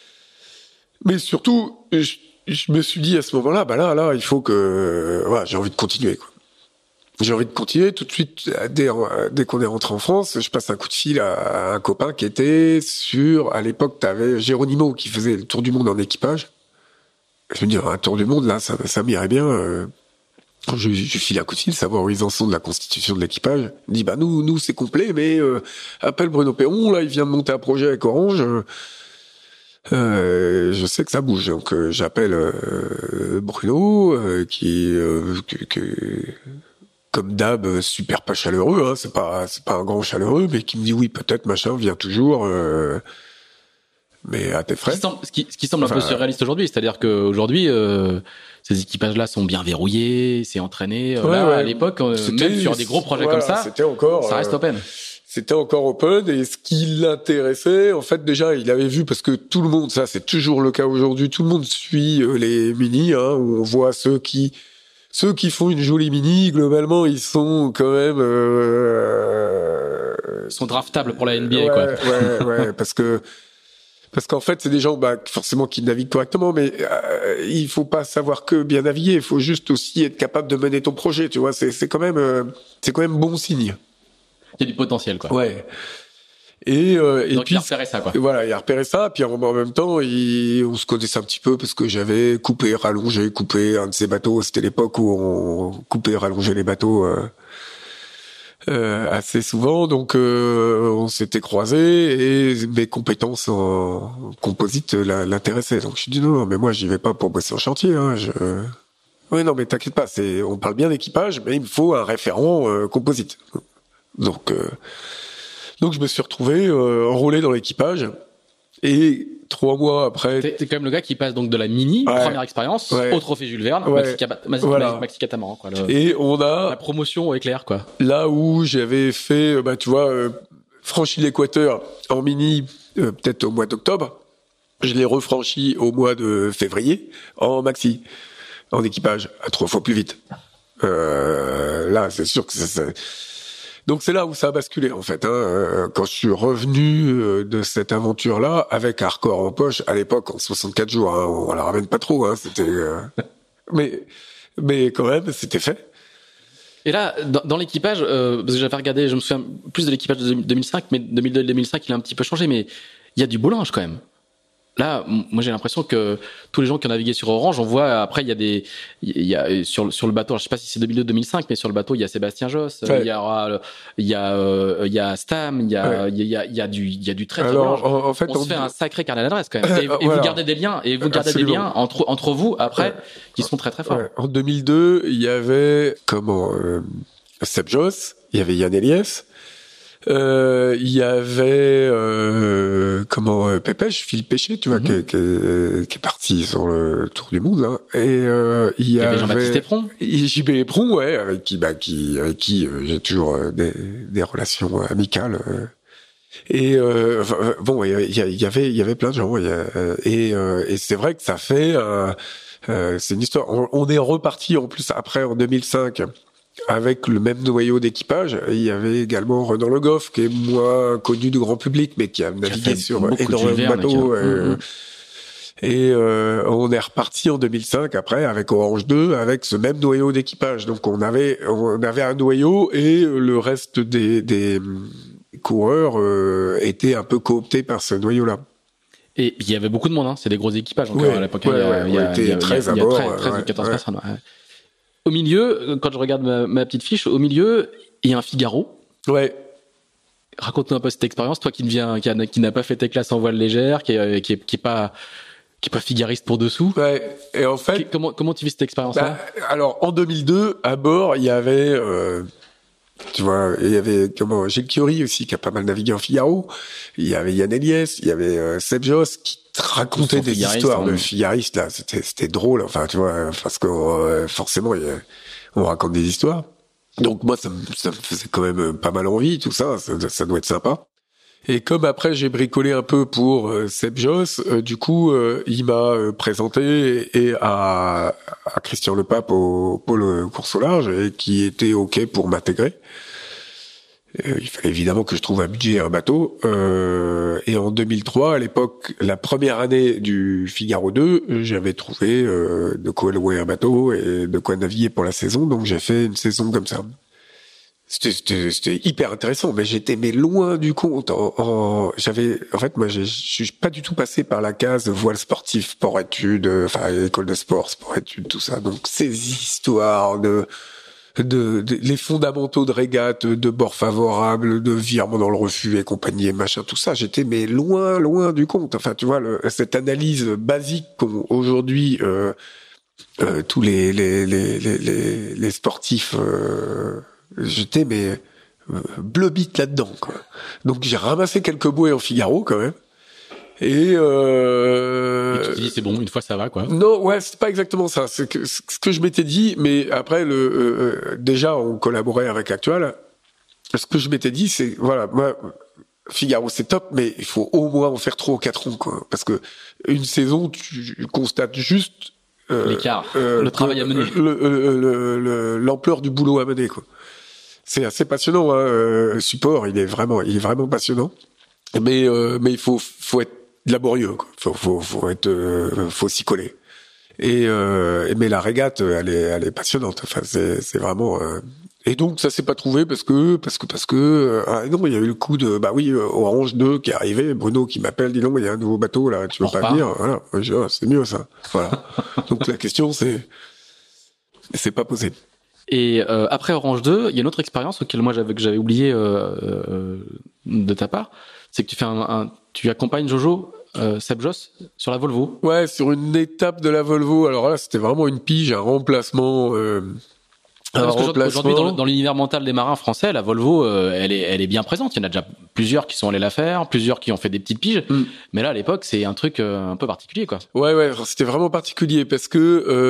Mais surtout, je, je me suis dit à ce moment-là, bah là, là, il faut que, voilà, j'ai envie de continuer, quoi. J'ai envie de continuer tout de suite. Dès, dès qu'on est rentré en France, je passe un coup de fil à un copain qui était sur, à l'époque, t'avais Geronimo qui faisait le tour du monde en équipage. Je me dis, un tour du monde, là, ça, ça m'irait bien. Euh, je, je file un coup de fil, savoir où ils en sont de la constitution de l'équipage. Il dit, bah, nous, nous, c'est complet, mais, euh, appelle Bruno Perron, là, il vient de monter un projet avec Orange. Euh, je sais que ça bouge, donc euh, j'appelle euh, Bruno, euh, qui, euh, que, que, comme d'hab, super pas chaleureux, hein, c'est pas, c'est pas un grand chaleureux, mais qui me dit oui, peut-être, machin, viens toujours, euh, mais à tes frais. Ce qui semble, ce qui, ce qui semble enfin, un peu surréaliste aujourd'hui, c'est-à-dire qu'aujourd'hui, euh, ces équipages-là sont bien verrouillés, c'est entraîné. Euh, ouais, là, ouais. à l'époque, euh, même sur des gros projets voilà, comme ça, c'était encore, ça reste euh, open. c'était encore open, et ce qui l'intéressait, en fait, déjà, il avait vu, parce que tout le monde, ça, c'est toujours le cas aujourd'hui, tout le monde suit euh, les mini, hein, où on voit ceux qui, ceux qui font une jolie mini, globalement, ils sont quand même, euh, Ils sont draftables pour la N B A, ouais, quoi. Ouais, ouais, parce que, parce qu'en fait, c'est des gens, bah, forcément, qui naviguent correctement, mais euh, il faut pas savoir que bien naviguer, il faut juste aussi être capable de mener ton projet, tu vois, c'est, c'est quand même, euh, c'est quand même bon signe. Il y a du potentiel, quoi. Ouais. Et, euh, et donc puis, il a repéré ça, quoi. Et voilà, il a repéré ça, puis en, en même temps, il, on se connaissait un petit peu parce que j'avais coupé, rallongé, coupé un de ses bateaux. C'était l'époque où on coupait, rallongeait les bateaux euh, euh, assez souvent, donc euh, on s'était croisés et mes compétences en composite l'intéressaient. Donc je lui dis non, non, mais moi j'y vais pas pour bosser en chantier. Hein, je... Oui, non, mais t'inquiète pas, c'est, on parle bien d'équipage, mais il me faut un référent euh, composite. Donc, euh, donc je me suis retrouvé euh, enrôlé dans l'équipage, et trois mois après, t'es, t'es quand même le gars qui passe donc de la mini, ouais. première expérience, ouais. au trophée Jules Verne, ouais. Maxi, Cab- Maxi, voilà. Maxi Catamaran, quoi. Le, et on a la promotion éclair, quoi. Là où j'avais fait, bah tu vois, euh, franchi l'équateur en mini, euh, peut-être au mois d'octobre, je l'ai refranchi au mois de février en maxi, en équipage, à trois fois plus vite. Euh, là, c'est sûr que ça, ça... Donc c'est là où ça a basculé, en fait. Hein. Quand je suis revenu de cette aventure-là, avec un record en poche, à l'époque, en soixante-quatre jours, hein, on la ramène pas trop, hein, c'était... Euh... mais, mais quand même, c'était fait. Et là, dans, dans l'équipage, euh, parce que j'avais regardé, je me souviens plus de l'équipage de deux mille cinq, mais deux mille deux deux mille cinq, il a un petit peu changé, mais il y a du beau linge, quand même. Là, moi, j'ai l'impression que tous les gens qui ont navigué sur Orange, on voit, après, il y a des, il y a, sur, sur le bateau, je sais pas si c'est deux mille deux deux mille cinq, mais sur le bateau, il y a Sébastien Josse, ouais. il y aura, il y a, euh, il y a Stam, il y a, ouais. il y a, il y a du, il y a du très, très Alors, en, en fait, on, on se fait un sacré carnet d'adresse, quand même. Et, et voilà. vous gardez des liens, et vous gardez Absolument. des liens entre, entre vous, après, ouais. qui sont très, très forts. Ouais. En deux mille deux, il y avait, comment, euh, Seb Josse, il y avait Yann Eliès, Euh, il y avait euh, comment euh, Pépèche, Philippe Péché, tu vois, mm-hmm. qui, qui, qui est parti sur le tour du monde. Hein. Et euh, il y, il y avait Jean-Baptiste Éperon, J B Éperon, ouais, avec qui, bah, qui, avec qui euh, j'ai toujours euh, des, des relations amicales. Euh. Et euh, bon, il y, y avait, il y avait plein de gens. Y a, et, euh, et c'est vrai que ça fait, euh, euh, c'est une histoire. On, on est reparti en plus après en deux mille cinq. Avec le même noyau d'équipage. Il y avait également Renan Le Goff, qui est moins connu du grand public, mais qui a navigué sur énormément de bateaux. Et, mmh. et euh, on est reparti en deux mille cinq, après, avec Orange deux, avec ce même noyau d'équipage. Donc on avait, on avait un noyau, et le reste des, des coureurs euh, étaient un peu cooptés par ce noyau-là. Et il y avait beaucoup de monde, hein. C'est des gros équipages encore ouais, à l'époque. Ouais, il y a, ouais, il y a, il y a, treize à bord. treize ou quatorze personnes. Ouais. Au milieu, quand je regarde ma, ma petite fiche, au milieu, il y a un Figaro. Ouais. Raconte-nous un peu cette expérience, toi qui ne vient, qui, a, qui n'a pas fait tes classes en voile légère, qui est, qui est, qui est pas, qui est pas figariste pour dessous. Ouais. Et en fait, comment, comment tu vis cette expérience-là? Bah, alors, en deux mille deux, à bord, il y avait, euh, tu vois, il y avait comment, Gilles Chiori aussi, qui a pas mal navigué en Figaro. Il y avait Yann Eliès, il y avait euh, Seb Josse, qui racontait des histoires de figaristes, là. C'était, c'était drôle, enfin, tu vois, parce que euh, forcément, y a, on raconte des histoires. Donc moi, ça me, ça me faisait quand même pas mal envie, tout ça, ça, ça doit être sympa. Et comme après, j'ai bricolé un peu pour euh, Seb Josse, euh, du coup, euh, il m'a euh, présenté et à, à Christian Lepape au pôle course au large, et qui était OK pour m'intégrer. Euh, il fallait évidemment que je trouve un budget et un bateau. Euh, et en deux mille trois, à l'époque, la première année du Figaro deux, j'avais trouvé euh, de quoi louer un bateau et de quoi naviguer pour la saison. Donc j'ai fait une saison comme ça. C'était, c'était, c'était hyper intéressant, mais j'étais mais loin du compte. En, en, j'avais, en fait, moi, je suis pas du tout passé par la case voile sportif, sport-études, enfin école de sport, sport-études, tout ça. Donc ces histoires de De, de les fondamentaux de régate, de bord favorable, de virement dans le refus et compagnie et machin, tout ça, j'étais mais loin, loin du compte. Enfin, tu vois, le, cette analyse basique qu'ont aujourd'hui euh, euh, tous les les les les, les sportifs, euh, j'étais mais euh, bleu-bite là-dedans, quoi. Donc j'ai ramassé quelques bouées en Figaro quand même. Et, euh... et tu te dis c'est bon, une fois ça va, quoi. Non, ouais, c'est pas exactement ça. C'est que ce que je m'étais dit, mais après le euh, déjà on collaborait avec Actual, ce que je m'étais dit, c'est voilà, moi, Figaro c'est top, mais il faut au moins en faire trois ou quatre ans, quoi, parce que une saison, tu constates juste euh, l'écart, euh, le travail à mener, le, le, le, le, l'ampleur du boulot à mener, quoi. C'est assez passionnant, hein, euh, support, il est vraiment, il est vraiment passionnant, mais euh, mais il faut faut être laborieux, quoi. Faut faut faut être, euh, faut s'y coller. Et euh, mais la régate, elle est elle est passionnante. Enfin, c'est c'est vraiment. Euh, Et donc ça s'est pas trouvé parce que parce que parce que euh, ah non, il y a eu le coup de bah oui euh, Orange deux qui est arrivé, Bruno qui m'appelle, dis donc il y a un nouveau bateau là, tu veux On pas repart. venir, voilà, je, ah, c'est mieux ça, voilà. Donc la question c'est c'est pas posé. Et euh, après Orange deux, il y a une autre expérience auquel moi j'avais que j'avais oublié euh, euh, de ta part, c'est que tu fais un, un tu accompagnes Jojo euh, Seb Joss sur la Volvo. Ouais, sur une étape de la Volvo. Alors là, c'était vraiment une pige, un remplacement. Euh... Ah, parce qu'aujourd'hui, dans, dans l'univers mental des marins français, la Volvo, euh, elle est, elle est bien présente. Il y en a déjà plusieurs qui sont allés la faire, plusieurs qui ont fait des petites piges. Mm. Mais là, à l'époque, c'est un truc euh, un peu particulier, quoi. Ouais, ouais, c'était vraiment particulier parce que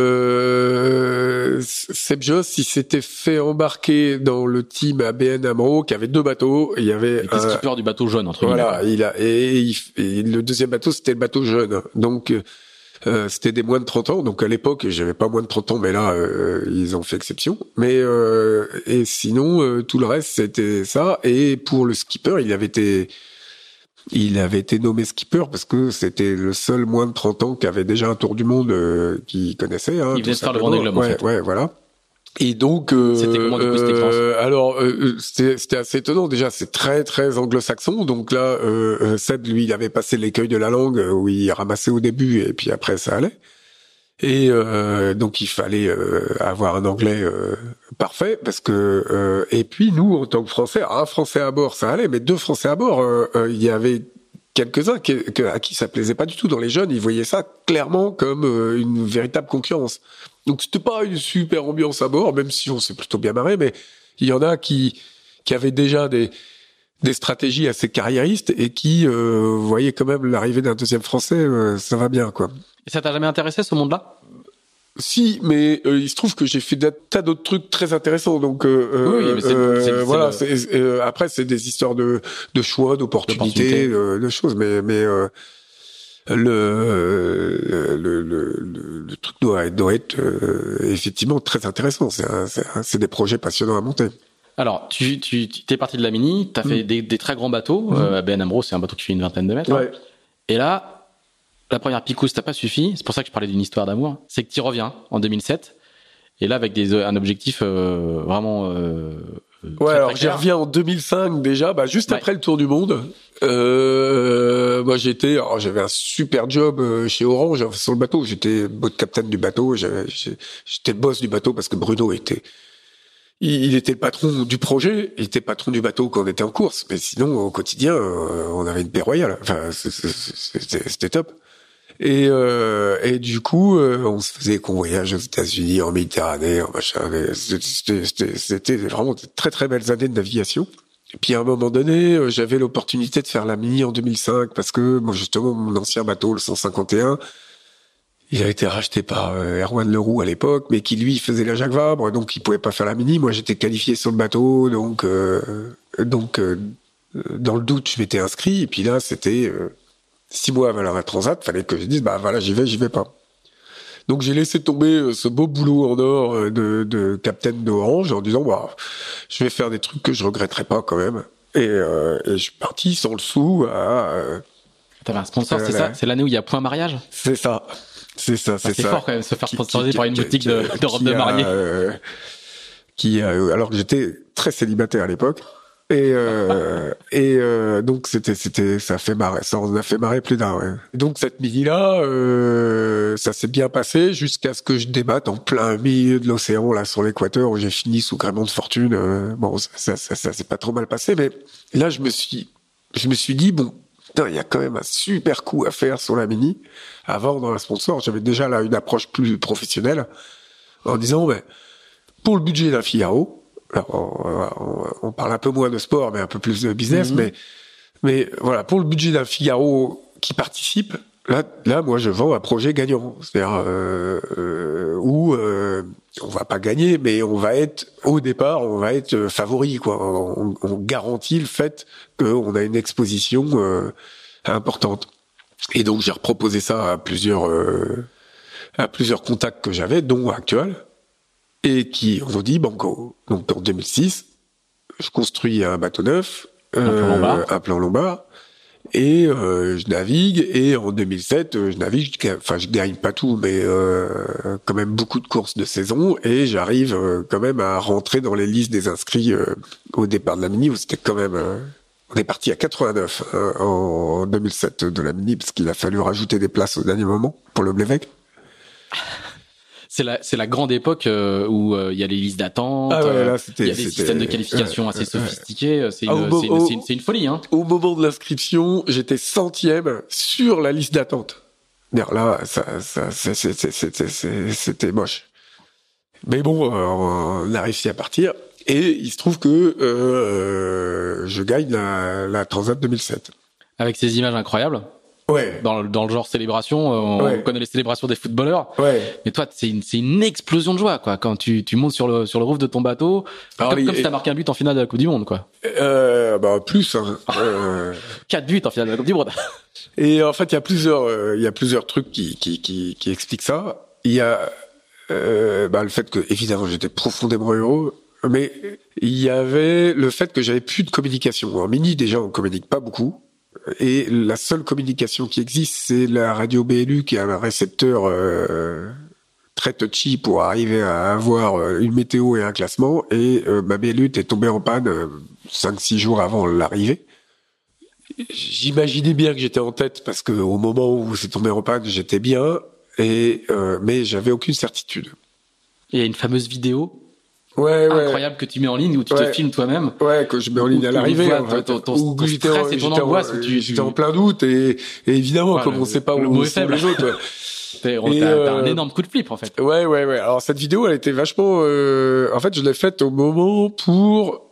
euh, Seb Joss, il s'était fait embarquer dans le team A B N Amro, qui avait deux bateaux. Il y avait un skipper du bateau jaune, entre guillemets. Voilà, guillemets. il a et, il, et le deuxième bateau, c'était le bateau jaune. Donc Euh, c'était des moins de trente ans, donc à l'époque j'avais pas moins de trente ans, mais là euh, ils ont fait exception. Mais euh, et sinon euh, tout le reste c'était ça. Et pour le skipper, il avait été il avait été nommé skipper parce que c'était le seul moins de trente ans qui avait déjà un tour du monde euh, qu'il connaissait. Hein, il venait de faire le Vendée Globe. Ouais, en fait. ouais, voilà. Et donc, euh, c'était comment du coup cette expérience euh, alors euh, c'était, c'était assez étonnant. Déjà, c'est très très anglo-saxon. Donc là, euh, Seb lui, il avait passé l'écueil de la langue où il ramassait au début et puis après ça allait. Et euh, donc il fallait euh, avoir un anglais euh, parfait parce que euh, et puis nous en tant que Français, un Français à bord ça allait, mais deux Français à bord, euh, euh, il y avait quelques-uns qui, que, à qui ça plaisait pas du tout. Dans les jeunes, ils voyaient ça clairement comme euh, une véritable concurrence. Donc c'était pas une super ambiance à bord, même si on s'est plutôt bien marré, mais il y en a qui qui avaient déjà des des stratégies assez carriéristes et qui euh, voyaient quand même l'arrivée d'un deuxième Français, euh, ça va bien quoi. Et ça t'a jamais intéressé ce monde-là ? Si, mais euh, il se trouve que j'ai fait des tas d'autres trucs très intéressants. Donc euh, oui, mais c'est, euh, c'est, c'est voilà. le... C'est, euh, après, c'est des histoires de de choix, d'opportunités, de, de choses, mais mais euh, le, le, le, le, le truc doit, doit être euh, effectivement très intéressant. C'est, un, c'est, un, c'est des projets passionnants à monter. Alors, tu, tu, tu t'es parti de la Mini, t'as mmh. fait des, des très grands bateaux. Mmh. Euh, A B N Amro, c'est un bateau qui fait une vingtaine de mètres. Ouais. Hein. Et là, la première picouse, t'as pas suffi. C'est pour ça que je parlais d'une histoire d'amour. C'est que tu reviens en deux mille sept. Et là, avec des, un objectif euh, vraiment... Euh, ouais, alors j'y reviens en deux mille cinq déjà, bah juste ouais. après le Tour du Monde. Euh, moi j'étais, alors j'avais un super job chez Orange sur le bateau. J'étais boat captain du bateau. J'avais, j'étais le boss du bateau parce que Bruno était, il, il était le patron du projet. Il était patron du bateau quand on était en course. Mais sinon au quotidien, on avait une paix royale. Enfin, c'était, c'était top. Et, euh, et du coup, euh, on se faisait convoyage aux États-Unis, en Méditerranée, en machin. C'était, c'était, c'était vraiment de très très belles années de navigation. Et puis à un moment donné, j'avais l'opportunité de faire la Mini en deux mille cinq parce que bon, justement mon ancien bateau, le cent cinquante et un, il a été racheté par euh, Erwan Leroux à l'époque, mais qui lui faisait la Jacques Vabre, donc il pouvait pas faire la Mini. Moi, j'étais qualifié sur le bateau, donc euh, donc euh, dans le doute, je m'étais inscrit. Et puis là, c'était euh, Six mois avant la Transat, fallait que je dise, bah voilà, j'y vais, j'y vais pas. Donc j'ai laissé tomber ce beau boulot en or de, de capitaine d'Orange en disant, bah, je vais faire des trucs que je regretterai pas quand même. Et, euh, et je suis parti sans le sou à... Euh, T'avais un sponsor, euh, c'est ça ? C'est l'année où il y a Point Mariage ? C'est ça. C'est ça, c'est, c'est ça. C'est fort quand même, se faire sponsoriser par une qui, boutique qui, de, de robes de mariée. Euh, qui, euh, alors que j'étais très célibataire à l'époque. Et euh, et euh, donc c'était c'était ça fait marrer, ça en a fait marrer plus d'un. Ouais. Donc cette mini là, euh, ça s'est bien passé jusqu'à ce que je débatte en plein milieu de l'océan là sur l'équateur où j'ai fini sous gréement de fortune. Euh, bon, ça ça ça, ça s'est pas trop mal passé, mais là je me suis je me suis dit bon, putain, il y a quand même un super coup à faire sur la mini. Avant dans un sponsor, j'avais déjà là une approche plus professionnelle en disant ben pour le budget d'un Figaro. Alors, on, on parle un peu moins de sport, mais un peu plus de business. Mm-hmm. Mais, mais voilà, pour le budget d'un Figaro qui participe, là, là, moi, je vends un projet gagnant. C'est-à-dire euh, euh, où euh, on va pas gagner, mais on va être au départ, on va être favori, quoi. On, on garantit le fait qu'on a une exposition euh, importante. Et donc, j'ai reproposé ça à plusieurs euh, à plusieurs contacts que j'avais, dont Actual, et qui ont dit banco. Donc, en deux mille six, je construis un bateau neuf, un plan lombard, euh, un plan lombard. Et euh, je navigue, et en deux mille sept, je navigue, enfin je gagne pas tout, mais euh, quand même beaucoup de courses de saison, et j'arrive euh, quand même à rentrer dans les listes des inscrits euh, au départ de la Mini, où c'était quand même... Euh, on est parti à quatre-vingt-neuf hein, en deux mille sept de la Mini, parce qu'il a fallu rajouter des places au dernier moment pour le Blévec. C'est la, c'est la grande époque euh, où il euh, y a les listes d'attente, ah ouais, là, il y a des systèmes de qualification euh, assez euh, sophistiqués. C'est une, ah, c'est, une, c'est, une, c'est une folie. Hein. Au moment de l'inscription, j'étais centième sur la liste d'attente. Là, ça, ça, c'est, c'est, c'est, c'est, c'est, c'était moche. Mais bon, euh, on a réussi à partir. Et il se trouve que euh, je gagne la, la Transat deux mille sept. Avec ces images incroyables. Ouais. Dans, dans le genre célébration, on ouais. connaît les célébrations des footballeurs. Ouais. Mais toi, c'est une, c'est une explosion de joie, quoi. Quand tu, tu montes sur le, sur le roof de ton bateau, Alors, comme, et, comme si t'as marqué un but en finale de la Coupe du Monde, quoi. Euh, bah, plus, hein. euh... Quatre buts en finale de la Coupe du Monde. Et en fait, il y a plusieurs, euh, il y a plusieurs trucs qui, qui, qui, qui expliquent ça. Il y a, euh, bah, le fait que, évidemment, j'étais profondément heureux. Mais il y avait le fait que j'avais plus de communication. En Mini, déjà, on communique pas beaucoup. Et la seule communication qui existe, c'est la radio B L U qui a un récepteur euh, très touchy pour arriver à avoir une météo et un classement. Et euh, ma B L U était tombée en panne euh, cinq six jours avant l'arrivée. J'imaginais bien que j'étais en tête parce que au moment où c'est tombé en panne, j'étais bien. Et euh, mais j'avais aucune certitude. Il y a une fameuse vidéo. Ouais, ouais. Incroyable que tu mets en ligne, où tu ouais. te filmes toi-même. Ouais, que je mets en ligne à l'arrivée. En fait. Ton, ton, ton, ton j'étais stress en, et ton j'étais angoisse. En, tu, j'étais tu... en plein doute et, et évidemment, ouais, comme le, on sait pas où sont les autres. Ouais. T'as, et t'as, euh... t'as un énorme coup de flip, en fait. Ouais, ouais, ouais. Alors, cette vidéo, elle était vachement, euh... en fait, je l'ai faite au moment pour,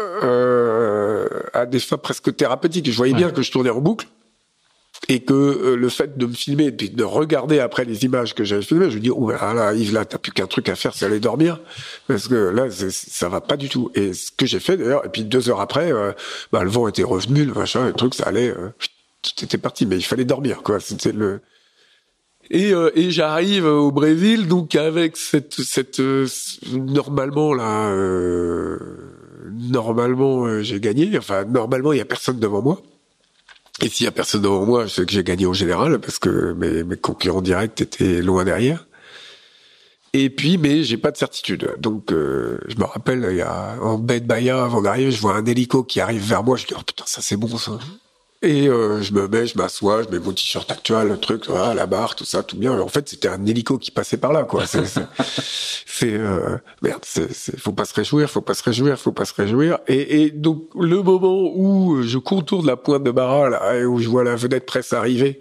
euh, à des fins presque thérapeutiques. Je voyais ouais. bien que je tournais en boucle. Et que euh, le fait de me filmer, de, de regarder après les images que j'avais filmées, je me dis oh là là Yves, là t'as plus qu'un truc à faire, c'est aller dormir, parce que là c'est, ça va pas du tout. Et ce que j'ai fait d'ailleurs, et puis deux heures après, euh, bah le vent était revenu, le machin, le truc ça allait, euh, tout était parti, mais il fallait dormir quoi. C'était le et euh, et j'arrive au Brésil donc avec cette cette euh, normalement là euh, normalement euh, j'ai gagné, enfin normalement il y a personne devant moi. Et s'il y a personne devant moi, je sais que j'ai gagné en général parce que mes, mes concurrents directs étaient loin derrière. Et puis, mais j'ai pas de certitude. Donc, euh, je me rappelle, il y a en baie de Bahia, avant d'arriver, je vois un hélico qui arrive vers moi. Je dis oh putain, ça c'est bon ça. Et euh, je me mets, je m'assois, je mets mon t-shirt actuel, le truc, voilà, la barre, tout ça, tout bien. Et en fait, c'était un hélico qui passait par là, quoi. C'est, c'est, c'est euh, merde, c'est, c'est, faut pas se réjouir, faut pas se réjouir, faut pas se réjouir. Et, et donc, le moment où je contourne la pointe de Barra, là, et où je vois la vedette presse arriver,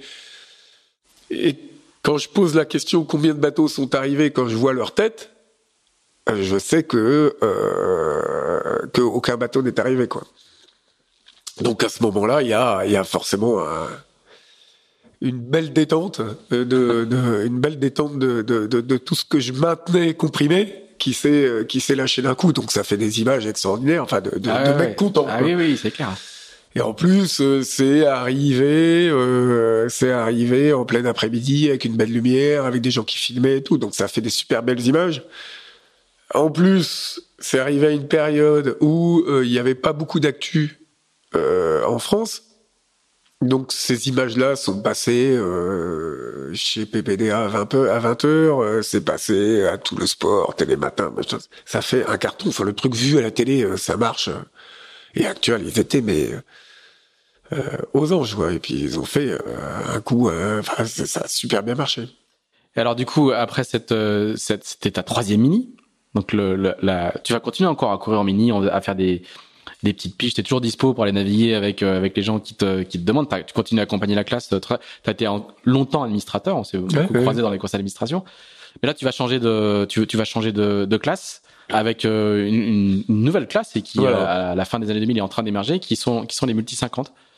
et quand je pose la question combien de bateaux sont arrivés, quand je vois leur tête, je sais que euh, que aucun bateau n'est arrivé, quoi. Donc à ce moment-là, il y a, il y a forcément un, une belle détente, de, de, une belle détente de, de, de, de tout ce que je maintenais comprimé, qui s'est, qui s'est lâché d'un coup. Donc ça fait des images extraordinaires, enfin de, de, ah de ouais, mecs contents. Ah quoi. oui, oui, c'est clair. Et en plus, c'est arrivé, euh, c'est arrivé en plein après-midi avec une belle lumière, avec des gens qui filmaient et tout. Donc ça fait des super belles images. En plus, c'est arrivé à une période où euh, il y avait pas beaucoup d'actu. Euh, en France, donc ces images-là sont passées euh, chez P P D A à vingt heures, euh, c'est passé à tout le sport, Télématin, machin. Ça fait un carton. Enfin, le truc vu à la télé, euh, ça marche. Et Actuel, ils étaient mais euh, aux anges, quoi. Et puis ils ont fait euh, un coup. Enfin, euh, ça a super bien marché. Et alors du coup, après cette, euh, cette c'était ta troisième mini. Donc le, le la, tu vas continuer encore à courir en mini, à faire des des petites piges, t'es toujours dispo pour aller naviguer avec euh, avec les gens qui te qui te demandent. T'as, tu continues à accompagner la classe. T'as été en, longtemps administrateur, on s'est beaucoup ouais, croisé ouais. dans les courses d'administration. Mais là, tu vas changer de tu tu vas changer de, de classe avec euh, une, une nouvelle classe et qui voilà. euh, à la fin des années deux mille est en train d'émerger, qui sont qui sont les multi cinquante.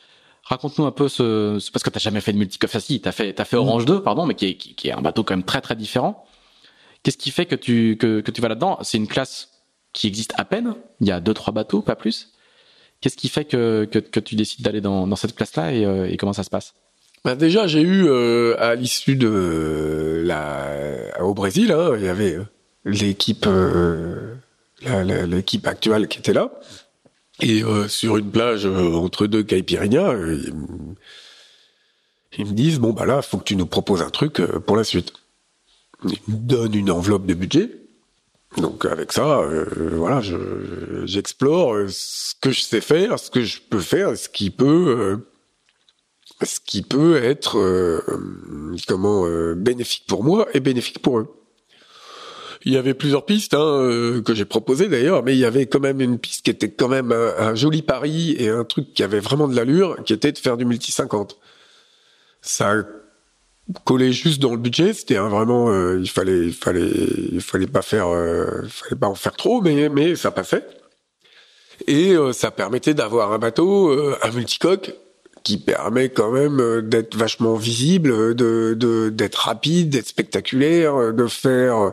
Raconte-nous un peu ce, ce parce que t'as jamais fait de multicoque. Enfin, si, t'as fait, t'as fait Orange deux, pardon, mais qui est, qui, qui est un bateau quand même très très différent. Qu'est-ce qui fait que tu que, que tu vas là-dedans? C'est une classe qui existe à peine. Il y a deux trois bateaux, pas plus. Qu'est-ce qui fait que que, que tu décides d'aller dans, dans cette classe-là et, euh, et comment ça se passe? Ben déjà, j'ai eu euh, à l'issue de la au Brésil, hein, il y avait l'équipe euh, la, la, l'équipe actuelle qui était là. Et euh, sur une plage euh, entre deux caipirinhas, euh, ils, ils me disent bon bah là, faut que tu nous proposes un truc euh, pour la suite. Ils me donnent une enveloppe de budget. Donc avec ça, euh, voilà, je, j'explore ce que je sais faire, ce que je peux faire, ce qui peut, euh, ce qui peut être euh, comment euh, bénéfique pour moi et bénéfique pour eux. Il y avait plusieurs pistes hein, euh, que j'ai proposées d'ailleurs, mais il y avait quand même une piste qui était quand même un, un joli pari et un truc qui avait vraiment de l'allure, qui était de faire du multi cinquante. Ça collait juste dans le budget, c'était hein, vraiment, euh, il fallait, il fallait, il fallait pas faire, euh, il fallait pas en faire trop, mais mais ça passait. Et euh, ça permettait d'avoir un bateau, euh, un multicoque, qui permet quand même euh, d'être vachement visible, de, de d'être rapide, d'être spectaculaire, de faire.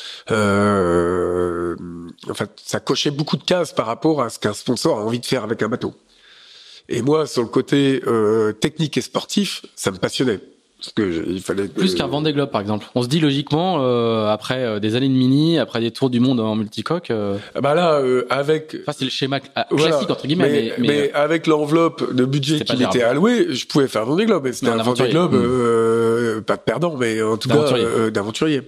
Euh, en fait, ça cochait beaucoup de cases par rapport à ce qu'un sponsor a envie de faire avec un bateau. Et moi, sur le côté euh, technique et sportif, ça me passionnait. Parce que je, il fallait plus qu'un Vendée Globe par exemple. On se dit logiquement euh, après euh, des années de mini, après des tours du monde en multicoque. Euh... Bah là, euh, avec. Enfin, c'est le schéma cl- voilà. classique entre guillemets. Mais, mais, mais, mais avec l'enveloppe de budget qui m'était allouée, je pouvais faire Vendée Globe. Et c'était un Vendée Globe, mmh. euh, pas de perdant, mais en tout d'aventurier. cas euh, d'aventurier.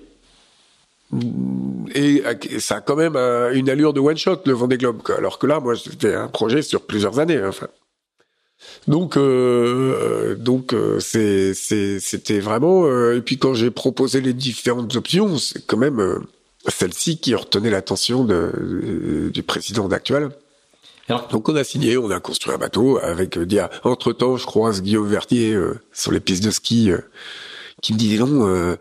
Et ça a quand même un, une allure de one shot le Vendée Globe. Quoi. Alors que là, moi, c'était un projet sur plusieurs années. Enfin. Donc, euh, donc euh, c'est, c'est, c'était vraiment. Euh, et puis quand j'ai proposé les différentes options, c'est quand même euh, celle-ci qui retenait l'attention de, de, du président d'actuel. Alors, donc on a signé, on a construit un bateau avec. Euh, dire, entre temps, je croise Guillaume Vertier euh, sur les pistes de ski, euh, qui me dit non. Euh,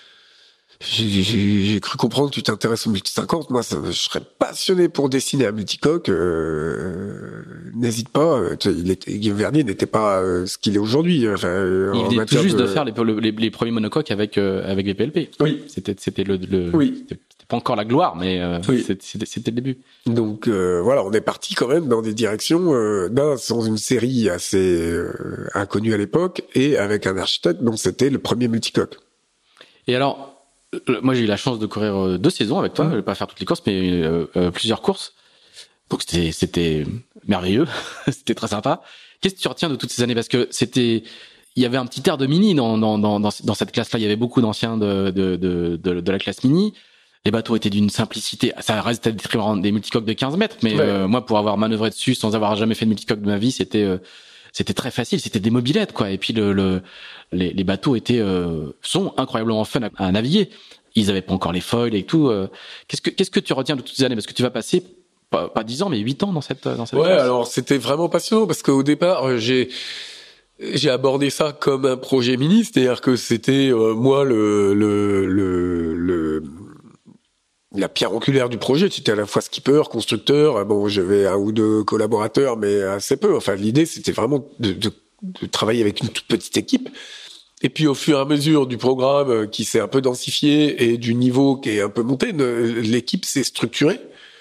J'ai, j'ai, j'ai cru comprendre que tu t'intéresses au multi cinquante. Moi, ça, je serais passionné pour dessiner un multicoque. Euh, n'hésite pas. Il était, Guillaume Vernier n'était pas euh, ce qu'il est aujourd'hui. Enfin, il venait tout juste de, de faire les, les, les premiers monocoques avec euh, avec V P L P. Oui. C'était c'était le, le oui. C'était, c'était pas encore la gloire, mais euh, oui. c'était, c'était c'était le début. Donc euh, voilà, on est parti quand même dans des directions euh, d'un dans une série assez euh, inconnue à l'époque et avec un architecte dont c'était le premier multicoque. Et alors. Moi, j'ai eu la chance de courir deux saisons avec toi. Mmh. Je vais pas faire toutes les courses, mais euh, euh, plusieurs courses. Donc c'était c'était merveilleux, c'était très sympa. Qu'est-ce que tu retiens de toutes ces années? Parce que c'était, il y avait un petit air de mini dans dans dans dans, dans cette classe-là. Il y avait beaucoup d'anciens de de de de, de la classe mini. Les bateaux étaient d'une simplicité. Ça reste des, des multicoques de quinze mètres, mais ouais. euh, moi, pour avoir manœuvré dessus sans avoir jamais fait de multicoque de ma vie, c'était euh, c'était très facile. C'était des mobylettes, quoi. Et puis le, le les, les bateaux étaient euh, sont incroyablement fun à, à naviguer. Ils avaient pas encore les foils et tout. Euh, qu'est-ce que qu'est-ce que tu retiens de toutes ces années? Parce que tu vas passer pas, pas dix ans, mais huit ans dans cette dans cette. Ouais, classe. Alors c'était vraiment passionnant parce qu'au départ, j'ai j'ai abordé ça comme un projet mini, c'est-à-dire que c'était euh, moi le le le le la pierre angulaire du projet. C'était à la fois skipper, constructeur. Bon, j'avais un ou deux collaborateurs, mais assez peu. Enfin, l'idée, c'était vraiment de, de, de travailler avec une toute petite équipe. Et puis, au fur et à mesure du programme qui s'est un peu densifié et du niveau qui est un peu monté, l'équipe s'est structurée.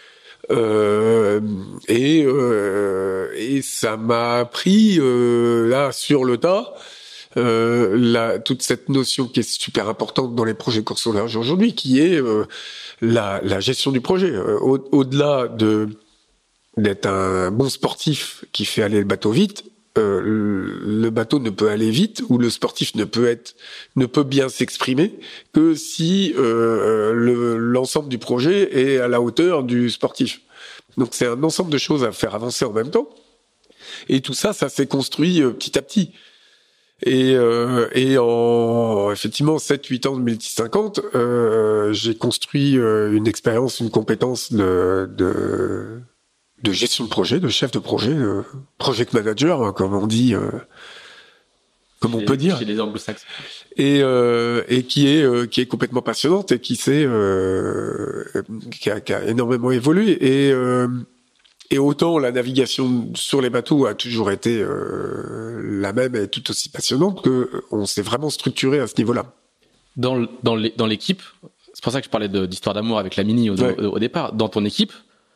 Euh, et, euh, et ça m'a appris, euh, là, sur le tas, euh, la, toute cette notion qui est super importante dans les projets course au large aujourd'hui, qui est euh, la, la gestion du projet. Euh, au, au-delà de d'être un bon sportif qui fait aller le bateau vite, euh, le, le bateau ne peut aller vite ou le sportif ne peut être ne peut bien s'exprimer que si euh, le, l'ensemble du projet est à la hauteur du sportif. Donc c'est un ensemble de choses à faire avancer en même temps. Et tout ça, ça s'est construit euh, petit à petit. Et, euh, et en effectivement sept huit ans de multi cinquante, euh, j'ai construit euh, une expérience, une compétence de, de de gestion de projet, de chef de projet, de project manager, hein, comme on dit, euh, comme on chez, peut dire. Chez les anglo-saxons. Et euh, et qui est euh, qui est complètement passionnante et qui s'est euh, qui a, qui a énormément évolué et euh, Et autant la navigation sur les bateaux a toujours été euh, la même et tout aussi passionnante que on s'est vraiment structuré à ce niveau-là. Dans le, dans les, dans l'équipe, c'est pour ça que je parlais de, d'histoire d'amour avec la Mini au, Ouais. au, au départ. Dans ton équipe,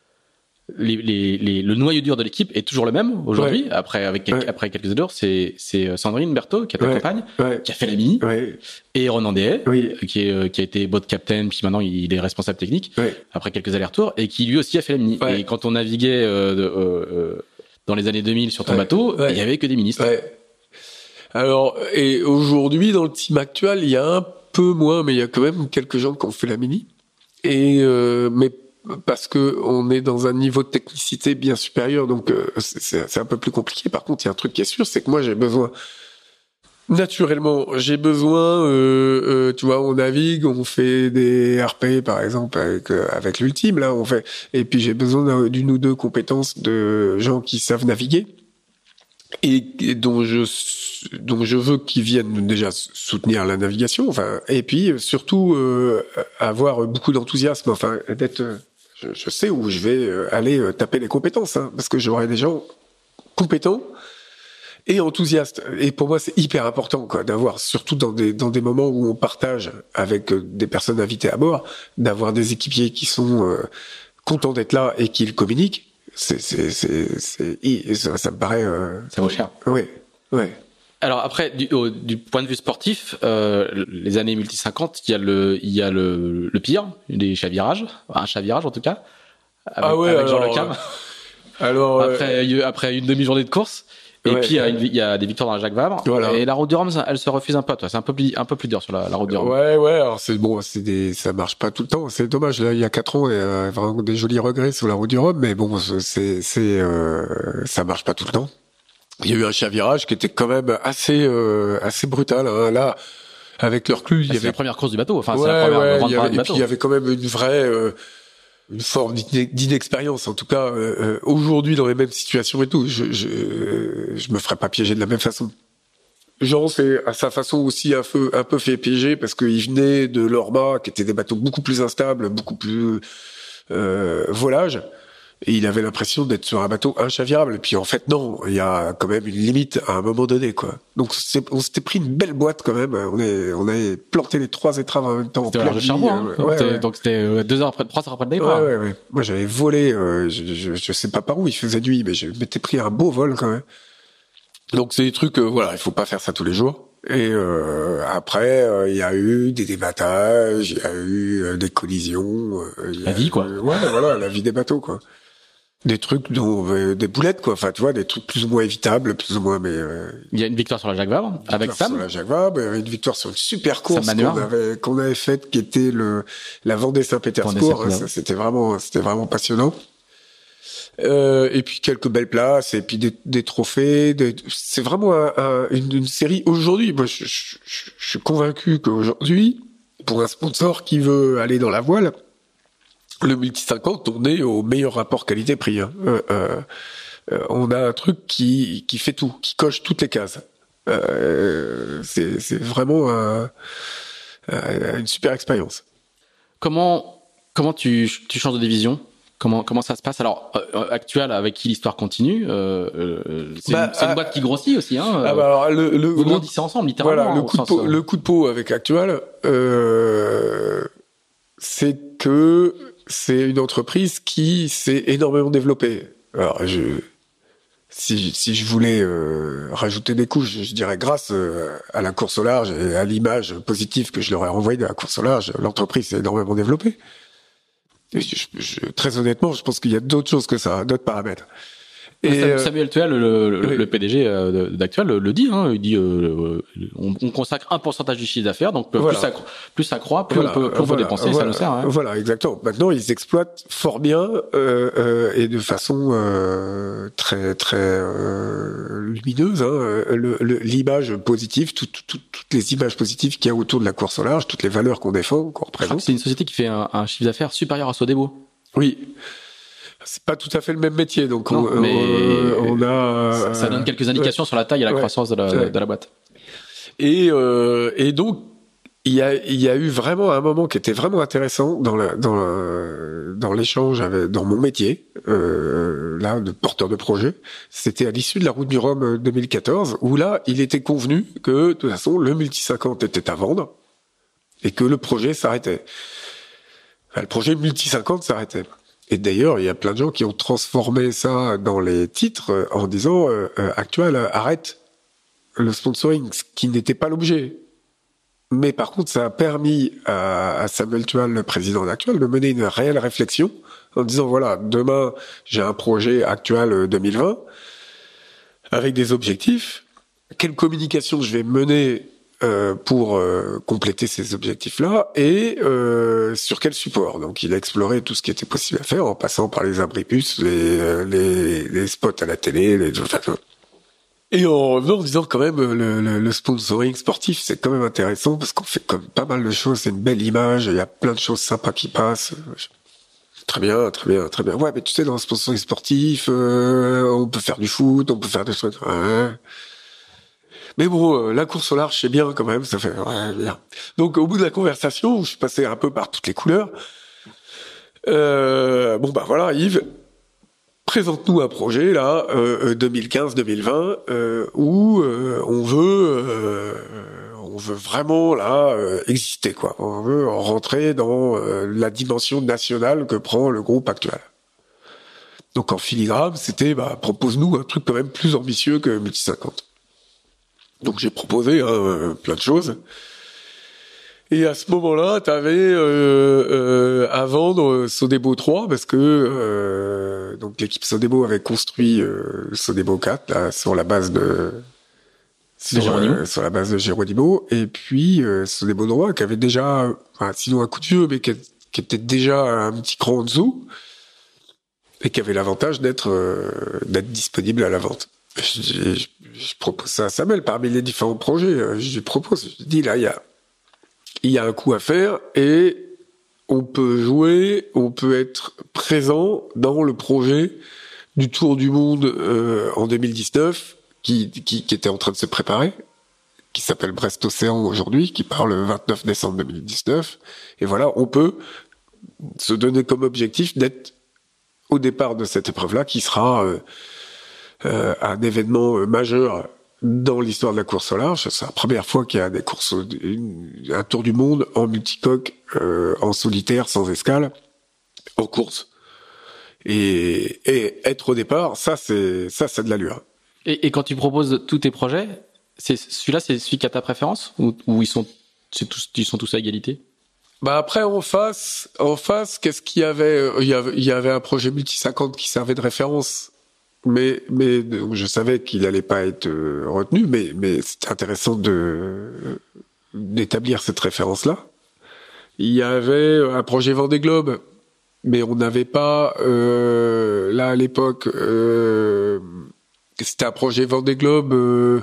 les, les, les, le noyau dur de l'équipe est toujours le même aujourd'hui. Ouais. Après, avec Ouais. après quelques heures, c'est c'est Sandrine Berthaud qui est ta Ouais. compagne, Ouais. qui a fait la Mini, Ouais. et Ronan Dehay, Oui. qui est qui a été boat captain, puis maintenant il est responsable technique. Ouais. Après quelques allers-retours, et qui lui aussi a fait la Mini. Ouais. Et quand on naviguait euh, de, euh, euh, dans les années deux mille sur ton Ouais. bateau, Ouais. il y avait que des ministres. Ouais. Alors, et aujourd'hui, dans le team actuel, il y a un peu moins, mais il y a quand même quelques gens qui ont fait la Mini. Et euh, mais parce que on est dans un niveau de technicité bien supérieur, donc euh, c'est, c'est un peu plus compliqué. Par contre, il y a un truc qui est sûr, c'est que moi j'ai besoin, naturellement, j'ai besoin, euh, euh, tu vois, on navigue, on fait des R P par exemple avec euh, avec l'ultime, là, on fait, et puis j'ai besoin d'une ou deux compétences de gens qui savent naviguer et, et dont je dont je veux qu'ils viennent déjà soutenir la navigation, enfin, et puis surtout euh, avoir beaucoup d'enthousiasme, enfin, d'être, je, je sais où je vais aller taper les compétences, hein, parce que j'aurai des gens compétents et enthousiastes. Et pour moi, c'est hyper important, quoi, d'avoir, surtout dans des dans des moments où on partage avec des personnes invitées à bord, d'avoir des équipiers qui sont euh, contents d'être là et qui le communiquent. C'est c'est c'est c'est ça, ça me paraît. Euh... Ça vaut cher. Ouais, ouais. Alors après, du, au, du point de vue sportif, euh, les années multi cinquante, il y a le, il y a le, le pire, des chavirages, un chavirage en tout cas, avec, ah ouais, avec Jean alors, Le Cam. Alors après, euh, après une demi-journée de course, et ouais, puis il y, a une, il y a des victoires dans la Jacques Vabre. Voilà. Et la route du Rhum, elle se refuse un peu. Toi, c'est un peu plus, un peu plus dur sur la, la route du Rhum. Ouais, ouais. Alors c'est bon, c'est des, ça marche pas tout le temps. C'est dommage. Là, il y a quatre ans, il y a vraiment des jolis regrets sur la route du Rhum, mais bon, c'est, c'est, euh, ça marche pas tout le temps. Il y a eu un chavirage qui était quand même assez, euh, assez brutal. Hein. Là, avec leur club, il y c'est avait la première course du bateau. Enfin, ouais, c'est la première ouais, grande il y parade avait, du et bateau. puis il y avait quand même une vraie, euh, une forme d'inexpérience. En tout cas, euh, euh, aujourd'hui, dans les mêmes situations et tout, je, je, je me ferais pas piéger de la même façon. Jean s'est à sa façon aussi un peu, un peu fait piéger parce qu'il venait de l'Orma, qui étaient des bateaux beaucoup plus instables, beaucoup plus euh, volages. Et il avait l'impression d'être sur un bateau inchavirable. Et puis en fait, non, il y a quand même une limite à un moment donné, quoi. Donc c'est, on s'était pris une belle boîte quand même. On est, on avait planté les trois étraves en même temps. C'était large de charbon. Hein. Euh, ouais, donc, ouais. donc c'était deux heures après, trois heures après le départ. Ouais, ouais, ouais. Moi j'avais volé, euh, je, je, je sais pas par où il faisait nuit, mais je m'étais pris un beau vol quand même. Donc c'est des trucs, euh, voilà, il faut pas faire ça tous les jours. Et euh, après, il euh, y a eu des débattages, il y a eu euh, des collisions. Euh, la vie, eu, quoi. Euh, ouais, voilà, la vie des bateaux, quoi. Des trucs dont euh, des boulettes, quoi. Enfin, tu vois, des trucs plus ou moins évitables, plus ou moins. Mais euh, il y a une victoire sur la Jacques Vabre avec Sam. Sur la Jacques Vabre, il y avait une victoire sur une super course qu'on Manuard. avait qu'on avait faite, qui était le la Vendée Saint-Pétersbourg. Vendée Saint-Pétersbourg. C'était vraiment, c'était vraiment passionnant. Euh, et puis quelques belles places, et puis des, des trophées. Des, c'est vraiment un, un, une, une série. Aujourd'hui, moi, je, je, je, je suis convaincu qu'aujourd'hui, pour un sponsor qui veut aller dans la voile, le multi cinquante, on est au meilleur rapport qualité-prix. Hein. Euh, euh, euh, on a un truc qui qui fait tout, qui coche toutes les cases. Euh, c'est, c'est vraiment un, un, une super expérience. Comment comment tu tu changes de division? Comment comment ça se passe? Alors euh, actuel, avec qui l'histoire continue, euh, euh, c'est, bah, une, c'est une ah, boîte qui grossit aussi, hein. Ah bah alors le, le vous le, grandissez ensemble, littéralement. Voilà, le coup de sens, pot, euh... le coup de pot avec Actual, euh, c'est que c'est une entreprise qui s'est énormément développée. Alors je si si je voulais euh, rajouter des couches, je dirais grâce euh, à la course au large et à l'image positive que je leur ai renvoyée de la course au large, l'entreprise s'est énormément développée. Je, je, très honnêtement, je pense qu'il y a d'autres choses que ça, d'autres paramètres. Et Samuel Tuel, le, le, oui. le P D G d'Actual, le, le dit. Hein, il dit euh, on, on consacre un pourcentage du chiffre d'affaires, donc voilà. plus, ça, plus ça croît, plus voilà. on peut, plus on voilà. peut dépenser, voilà. ça nous sert. Hein. Voilà, exactement. Maintenant, ils exploitent fort bien euh, euh, et de façon euh, très très euh, lumineuse hein, le, le, l'image positive, tout, tout, tout, toutes les images positives qu'il y a autour de la course au large, toutes les valeurs qu'on défend, qu'on représente. C'est une société qui fait un, un chiffre d'affaires supérieur à Sodebo. Oui. C'est pas tout à fait le même métier, donc non, on, mais on, on a. Ça, ça donne quelques indications ouais. sur la taille et la ouais. croissance de la, ouais. de la boîte. Et, euh, et donc, il y a, il y a eu vraiment un moment qui était vraiment intéressant dans la, dans la, dans l'échange avec, dans mon métier, euh, là, de porteur de projet. C'était à l'issue de la Route du Rhum deux mille quatorze, où là, il était convenu que, de toute façon, le multi cinquante était à vendre et que le projet s'arrêtait. Enfin, le projet multi cinquante s'arrêtait. Et d'ailleurs, il y a plein de gens qui ont transformé ça dans les titres en disant, euh, euh, Actual, arrête le sponsoring, ce qui n'était pas l'objet. Mais par contre, ça a permis à, à Samuel Tual, le président d'Actual, de mener une réelle réflexion en disant, voilà, demain, j'ai un projet Actual deux mille vingt avec des objectifs. Quelle communication je vais mener euh, pour euh, compléter ces objectifs-là et euh, sur quel support. Donc, il a exploré tout ce qui était possible à faire en passant par les abribus, les, les, les spots à la télé, les... Et en revenant en disant quand même le, le, le sponsoring sportif, c'est quand même intéressant parce qu'on fait comme pas mal de choses, c'est une belle image, il y a plein de choses sympas qui passent. Très bien, très bien, très bien. Ouais, mais tu sais, dans le sponsoring sportif, euh, on peut faire du foot, on peut faire des trucs. Ouais. Mais bon, euh, la course au large, c'est bien quand même, ça fait ouais, bien. Donc au bout de la conversation, je suis passé un peu par toutes les couleurs. Euh, bon bah voilà, Yves. Présente-nous un projet là, euh, deux mille quinze deux mille vingt, euh, où euh, on veut, euh, on veut vraiment là euh, exister quoi. On veut rentrer dans euh, la dimension nationale que prend le groupe Actual. Donc en filigrane, c'était bah, propose-nous un truc quand même plus ambitieux que multi cinquante. Donc j'ai proposé hein, plein de choses. Et à ce moment-là, tu avais euh, euh, à vendre Sodebo trois parce que euh, donc l'équipe Sodebo avait construit euh, Sodebo quatre là, sur la base de sur, euh, sur la base de Geronimo et puis euh, Sodebo trois qui avait déjà enfin, sinon un coup de vieux mais qui, qui était déjà un petit cran en dessous et qui avait l'avantage d'être euh, d'être disponible à la vente. Je, je, je propose ça à Samuel parmi les différents projets. Je lui propose, je dis là il y a il y a un coup à faire et on peut jouer, on peut être présent dans le projet du Tour du Monde euh, en deux mille dix-neuf qui, qui, qui était en train de se préparer, qui s'appelle Brest Océan aujourd'hui, qui part le vingt-neuf décembre deux mille dix-neuf. Et voilà, on peut se donner comme objectif d'être au départ de cette épreuve-là, qui sera euh, euh, un événement majeur dans l'histoire de la course au large. C'est la première fois qu'il y a des courses, un tour du monde en multicoque, euh, en solitaire, sans escale, en course. Et, et être au départ, ça, c'est, ça, c'est de l'allure. Et, et quand tu proposes tous tes projets, c'est, celui-là, c'est celui qui a ta préférence, ou, ou ils sont, c'est tous, ils sont tous à égalité? Bah après, en face, en face, qu'est-ce qu'il y avait? Il y avait, il y avait un projet multi cinquante qui servait de référence. Mais, mais je savais qu'il allait pas être retenu, mais, mais c'était intéressant de, d'établir cette référence-là. Il y avait un projet Vendée Globe, mais on n'avait pas, euh, là, à l'époque, euh, c'était un projet Vendée Globe, euh,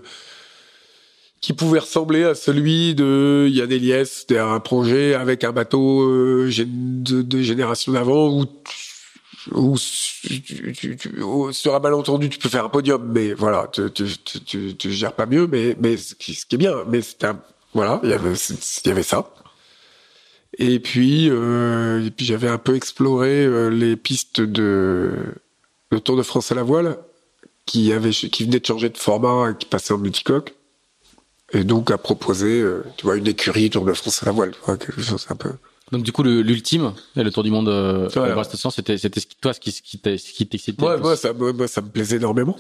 qui pouvait ressembler à celui de Yann Eliès. C'était un projet avec un bateau, euh, de, de génération d'avant où ou tu, tu, tu, sur un malentendu tu peux faire un podium mais voilà tu tu tu tu, tu gères pas mieux mais mais ce qui, ce qui est bien mais c'était un, voilà il y avait il y avait ça et puis euh, et puis j'avais un peu exploré euh, les pistes de le Tour de France à la voile qui avait qui venait de changer de format et qui passait en multicoque et donc à proposer euh, tu vois une écurie Tour de France à la voile tu vois, quelque chose un peu. Donc du coup le, l'ultime, le Tour du Monde euh, voilà. Brest Océan, c'était c'était toi ce qui ce qui t'excitait. Ouais, moi ça moi, moi ça me plaisait énormément.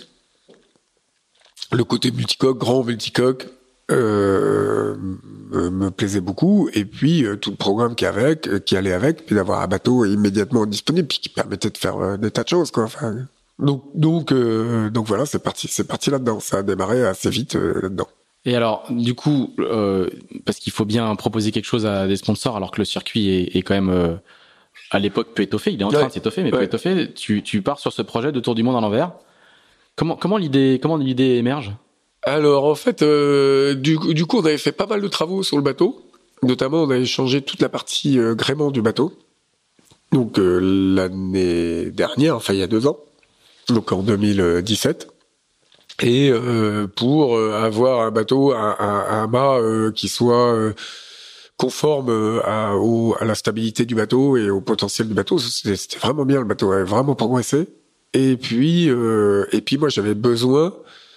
Le côté multicoque, grand multicoque euh, me, me plaisait beaucoup et puis euh, tout le programme qui avec euh, qui allait avec puis d'avoir un bateau immédiatement disponible puis qui permettait de faire euh, des tas de choses quoi enfin. Donc donc euh, donc voilà, c'est parti c'est parti là-dedans, ça a démarré assez vite euh, là-dedans. Et alors, du coup, euh, parce qu'il faut bien proposer quelque chose à des sponsors, alors que le circuit est, est quand même, euh, à l'époque, peu étoffé. Il est en train ouais. de s'étoffer, mais ouais. peu étoffé. Tu, tu pars sur ce projet de Tour du Monde à l'envers. Comment, comment l'idée, comment l'idée émerge? Alors, en fait, euh, du, du coup, on avait fait pas mal de travaux sur le bateau. Notamment, on avait changé toute la partie euh, gréement du bateau. Donc, euh, l'année dernière, enfin, il y a deux ans. Donc, en deux mille dix-sept. Et euh, pour euh, avoir un bateau, un, un, un mât euh, qui soit euh, conforme à, au, à la stabilité du bateau et au potentiel du bateau. C'était, c'était vraiment bien, le bateau avait vraiment progressé. Et puis, euh, et puis moi, j'avais besoin,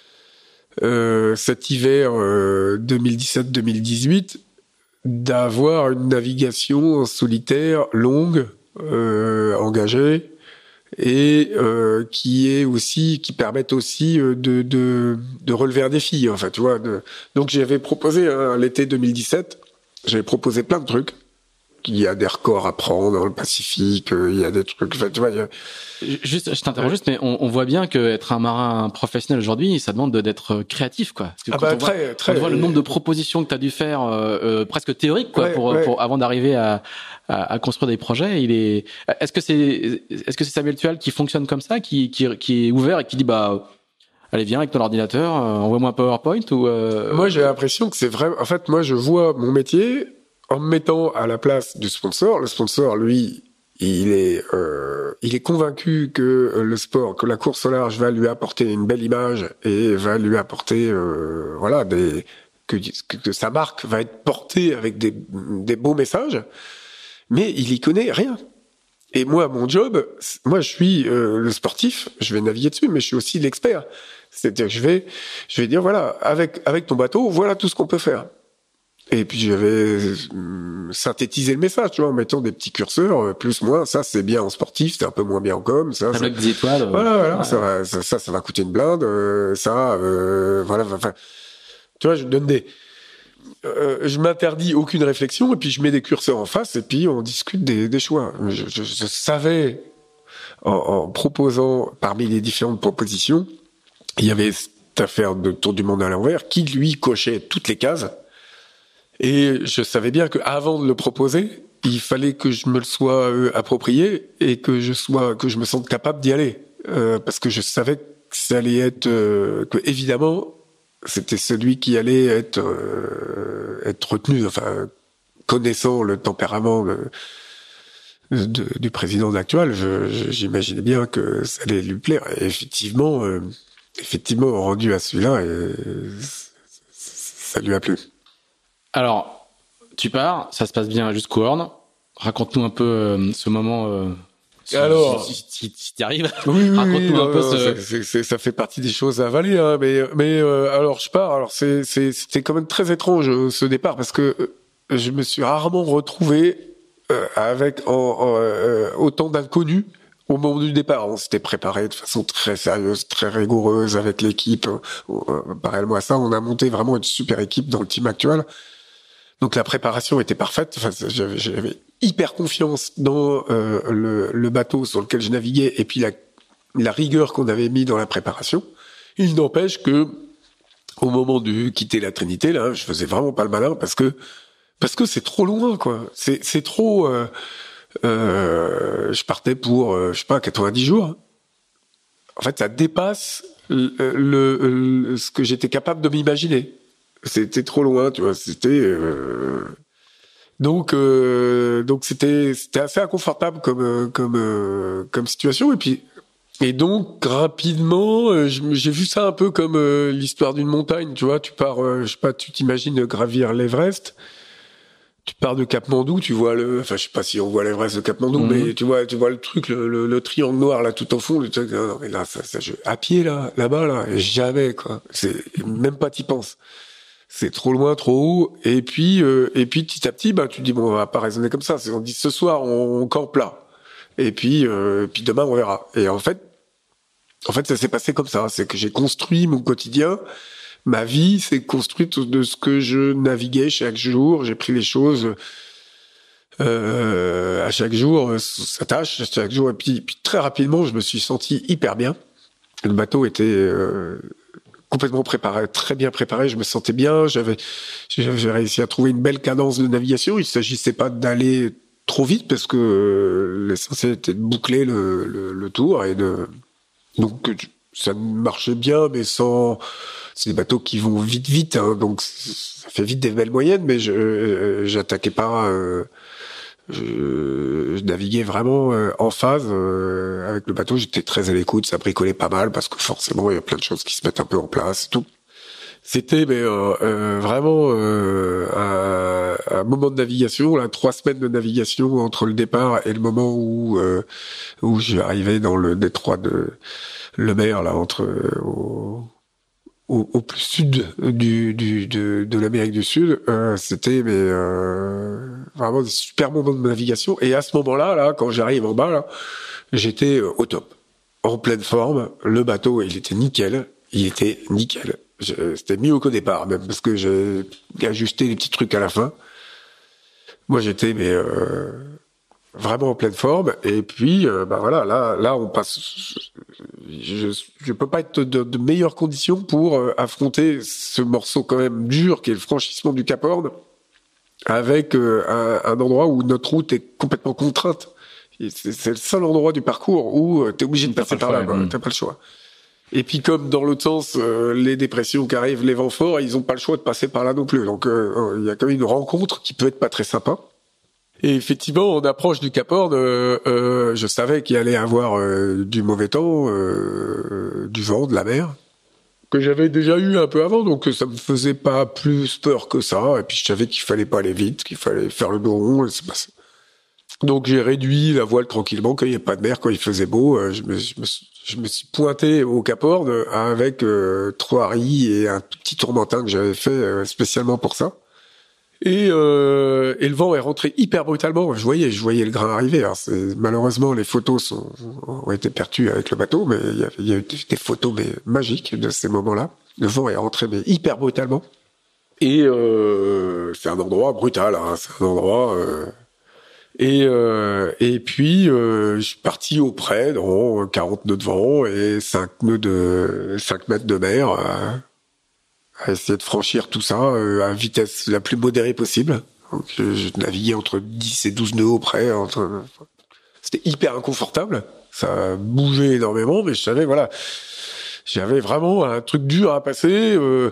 euh, cet hiver euh, deux mille dix-sept deux mille dix-huit, d'avoir une navigation en solitaire longue, euh, engagée, et euh, qui est aussi, qui permette aussi de de de relever un défi. Enfin, tu vois. De... Donc, j'avais proposé hein, l'été deux mille dix-sept, j'avais proposé plein de trucs. Il y a des records à prendre dans le Pacifique, il y a des trucs. Enfin, tu vois. Il y a... Juste, je t'interromps juste, mais on, on voit bien que être un marin professionnel aujourd'hui, ça demande d'être créatif, quoi. Parce que ah quand bah on très, voit, très. On voit le nombre de propositions que tu as dû faire, euh, euh, presque théoriques, quoi, ouais, pour, ouais. pour avant d'arriver à, à, à construire des projets. Il est. Est-ce que c'est, est-ce que c'est Samuel Tual qui fonctionne comme ça, qui, qui, qui est ouvert et qui dit bah. Allez, viens avec ton ordinateur, euh, envoie-moi un PowerPoint ou. Euh... Moi, j'ai l'impression que c'est vrai. En fait, moi, je vois mon métier en me mettant à la place du sponsor. Le sponsor, lui, il est, euh, il est convaincu que le sport, que la course au large va lui apporter une belle image et va lui apporter, euh, voilà, des, que, que sa marque va être portée avec des, des beaux messages. Mais il y connaît rien. Et moi, mon job, moi, je suis euh, le sportif. Je vais naviguer dessus, mais je suis aussi l'expert. C'est-à-dire que je vais, je vais dire voilà, avec avec ton bateau, voilà tout ce qu'on peut faire. Et puis j'avais euh, synthétisé le message, tu vois, en mettant des petits curseurs, euh, plus moins. Ça c'est bien en sportif, c'est un peu moins bien en com. Ça, ça des étoiles. Euh... Voilà, voilà. Ouais. Ça, va, ça, ça, ça va coûter une blinde. Euh, ça, euh, voilà. Enfin, tu vois, je donne des. Euh, je m'interdis aucune réflexion et puis je mets des curseurs en face et puis on discute des, des choix. Je, je, je savais en, en proposant parmi les différentes propositions, il y avait cette affaire de Tour du Monde à l'envers qui lui cochait toutes les cases. Et je savais bien que avant de le proposer, il fallait que je me le sois euh, approprié et que je sois, que je me sente capable d'y aller, euh, parce que je savais que ça allait être, euh, que évidemment, c'était celui qui allait être euh, être retenu. Enfin, connaissant le tempérament de, de, du président actuel, je, je, j'imaginais bien que ça allait lui plaire. Et effectivement, euh, effectivement, rendu à celui-là, et, ça lui a plu. Alors, tu pars, ça se passe bien jusqu'au Horn. Raconte-nous un peu euh, ce moment. Euh, si, Alors, si, si, si, si t'y arrives, oui, oui, raconte-nous oui, un non, peu non, ce. c'est, c'est, c'est, ça fait partie des choses à avaler, hein, mais mais euh, alors je pars. Alors c'est, c'est, c'était quand même très étrange euh, ce départ parce que euh, je me suis rarement retrouvé euh, avec en, en, euh, autant d'inconnus. Au moment du départ, on s'était préparé de façon très sérieuse, très rigoureuse avec l'équipe. Euh, parallèlement à ça, on a monté vraiment une super équipe dans le team actuel. Donc la préparation était parfaite. Enfin, j'avais, j'avais hyper confiance dans euh, le, le bateau sur lequel je naviguais et puis la, la rigueur qu'on avait mis dans la préparation. Il n'empêche que au moment de quitter la Trinité, là, je faisais vraiment pas le malin parce que parce que c'est trop loin, quoi. C'est c'est trop. Euh, euh, je partais pour euh, je sais pas quatre-vingt-dix jours. En fait, ça dépasse le, le, le ce que j'étais capable de m'imaginer. C'était trop loin, tu vois. C'était euh... donc euh... donc c'était c'était assez inconfortable comme comme euh... comme situation. Et puis et donc rapidement, euh, j'ai vu ça un peu comme euh, l'histoire d'une montagne, tu vois. Tu pars, euh, je sais pas, tu t'imagines gravir l'Everest. Tu pars de Katmandou, tu vois le, enfin je sais pas si on voit l'Everest de Katmandou, mmh. mais tu vois, tu vois le truc, le, le, le triangle noir là tout au fond. Le truc, non, mais là, ça, ça, je, à pied là, là-bas là, jamais quoi. C'est même pas t'y penses. C'est trop loin, trop haut. Et puis, euh, et puis petit à petit, bah tu te dis bon, on va pas raisonner comme ça. C'est, on dit ce soir on, on campe là. Et puis, euh, puis demain on verra. Et en fait, en fait ça s'est passé comme ça. C'est que j'ai construit mon quotidien. Ma vie s'est construite de ce que je naviguais chaque jour. J'ai pris les choses euh, à chaque jour, sa tâche, chaque jour. Et puis, puis très rapidement, je me suis senti hyper bien. Le bateau était euh, complètement préparé, très bien préparé. Je me sentais bien. J'avais, j'ai réussi à trouver une belle cadence de navigation. Il s'agissait pas d'aller trop vite parce que euh, l'essentiel était de boucler le, le, le tour et de donc ça marchait bien, mais sans. C'est des bateaux qui vont vite, vite, hein, donc ça fait vite des belles moyennes, mais je euh, j'attaquais pas. Euh, je, je naviguais vraiment euh, en phase euh, avec le bateau. J'étais très à l'écoute, ça bricolait pas mal parce que forcément il y a plein de choses qui se mettent un peu en place et tout. C'était mais euh, euh, vraiment euh, un, un moment de navigation, là, trois semaines de navigation entre le départ et le moment où euh, où j'arrivais dans le détroit de Le Maire, là, entre euh, au, au, au plus sud du, du de, de l'Amérique du Sud. Euh, c'était mais euh, vraiment des super moments de navigation. Et à ce moment-là, là, quand j'arrive en bas, là, j'étais euh, au top, en pleine forme. Le bateau, il était nickel, il était nickel. Je, c'était mieux qu'au départ, même, parce que j'ai ajusté les petits trucs à la fin. Moi, j'étais, mais euh, vraiment en pleine forme. Et puis, euh, bah voilà, là, là, on passe. Je, je peux pas être de, de meilleures conditions pour euh, affronter ce morceau quand même dur, qui est le franchissement du Cap Horn, avec euh, un, un endroit où notre route est complètement contrainte. Et c'est, c'est le seul endroit du parcours où euh, t'es obligé de passer par là, quoi. T'as pas le choix. Et puis comme dans l'autre sens, euh, les dépressions qui arrivent, les vents forts, ils ont pas le choix de passer par là non plus. Donc euh, il y a quand même une rencontre qui peut être pas très sympa. Et effectivement, on approche du Cap Horn, euh, euh, je savais qu'il allait avoir euh, du mauvais temps, euh, du vent, de la mer, que j'avais déjà eu un peu avant, donc ça me faisait pas plus peur que ça. Et puis je savais qu'il fallait pas aller vite, qu'il fallait faire le dos rond, et c'est passé. Donc j'ai réduit la voile tranquillement, quand il n'y a pas de mer, quand il faisait beau. Je me, je me, je me suis pointé au Cap Horn avec euh, trois riz et un petit tourmentin que j'avais fait euh, spécialement pour ça. Et, euh, et le vent est rentré hyper brutalement. Je voyais, je voyais le grain arriver. Alors c'est, malheureusement, les photos sont, ont été perdues avec le bateau, mais il y a, il y a eu des photos mais magiques de ces moments-là. Le vent est rentré mais hyper brutalement. Et euh, c'est un endroit brutal. Hein, c'est un endroit. Euh, Et, euh, et puis, euh, je suis parti au près, dans quarante nœuds de vent et cinq nœuds de, cinq mètres de mer, à, à essayer de franchir tout ça euh, à vitesse la plus modérée possible. Donc, je, je naviguais entre dix et douze nœuds au près. Entre... C'était hyper inconfortable. Ça bougeait énormément, mais je savais, voilà, j'avais vraiment un truc dur à passer. Euh,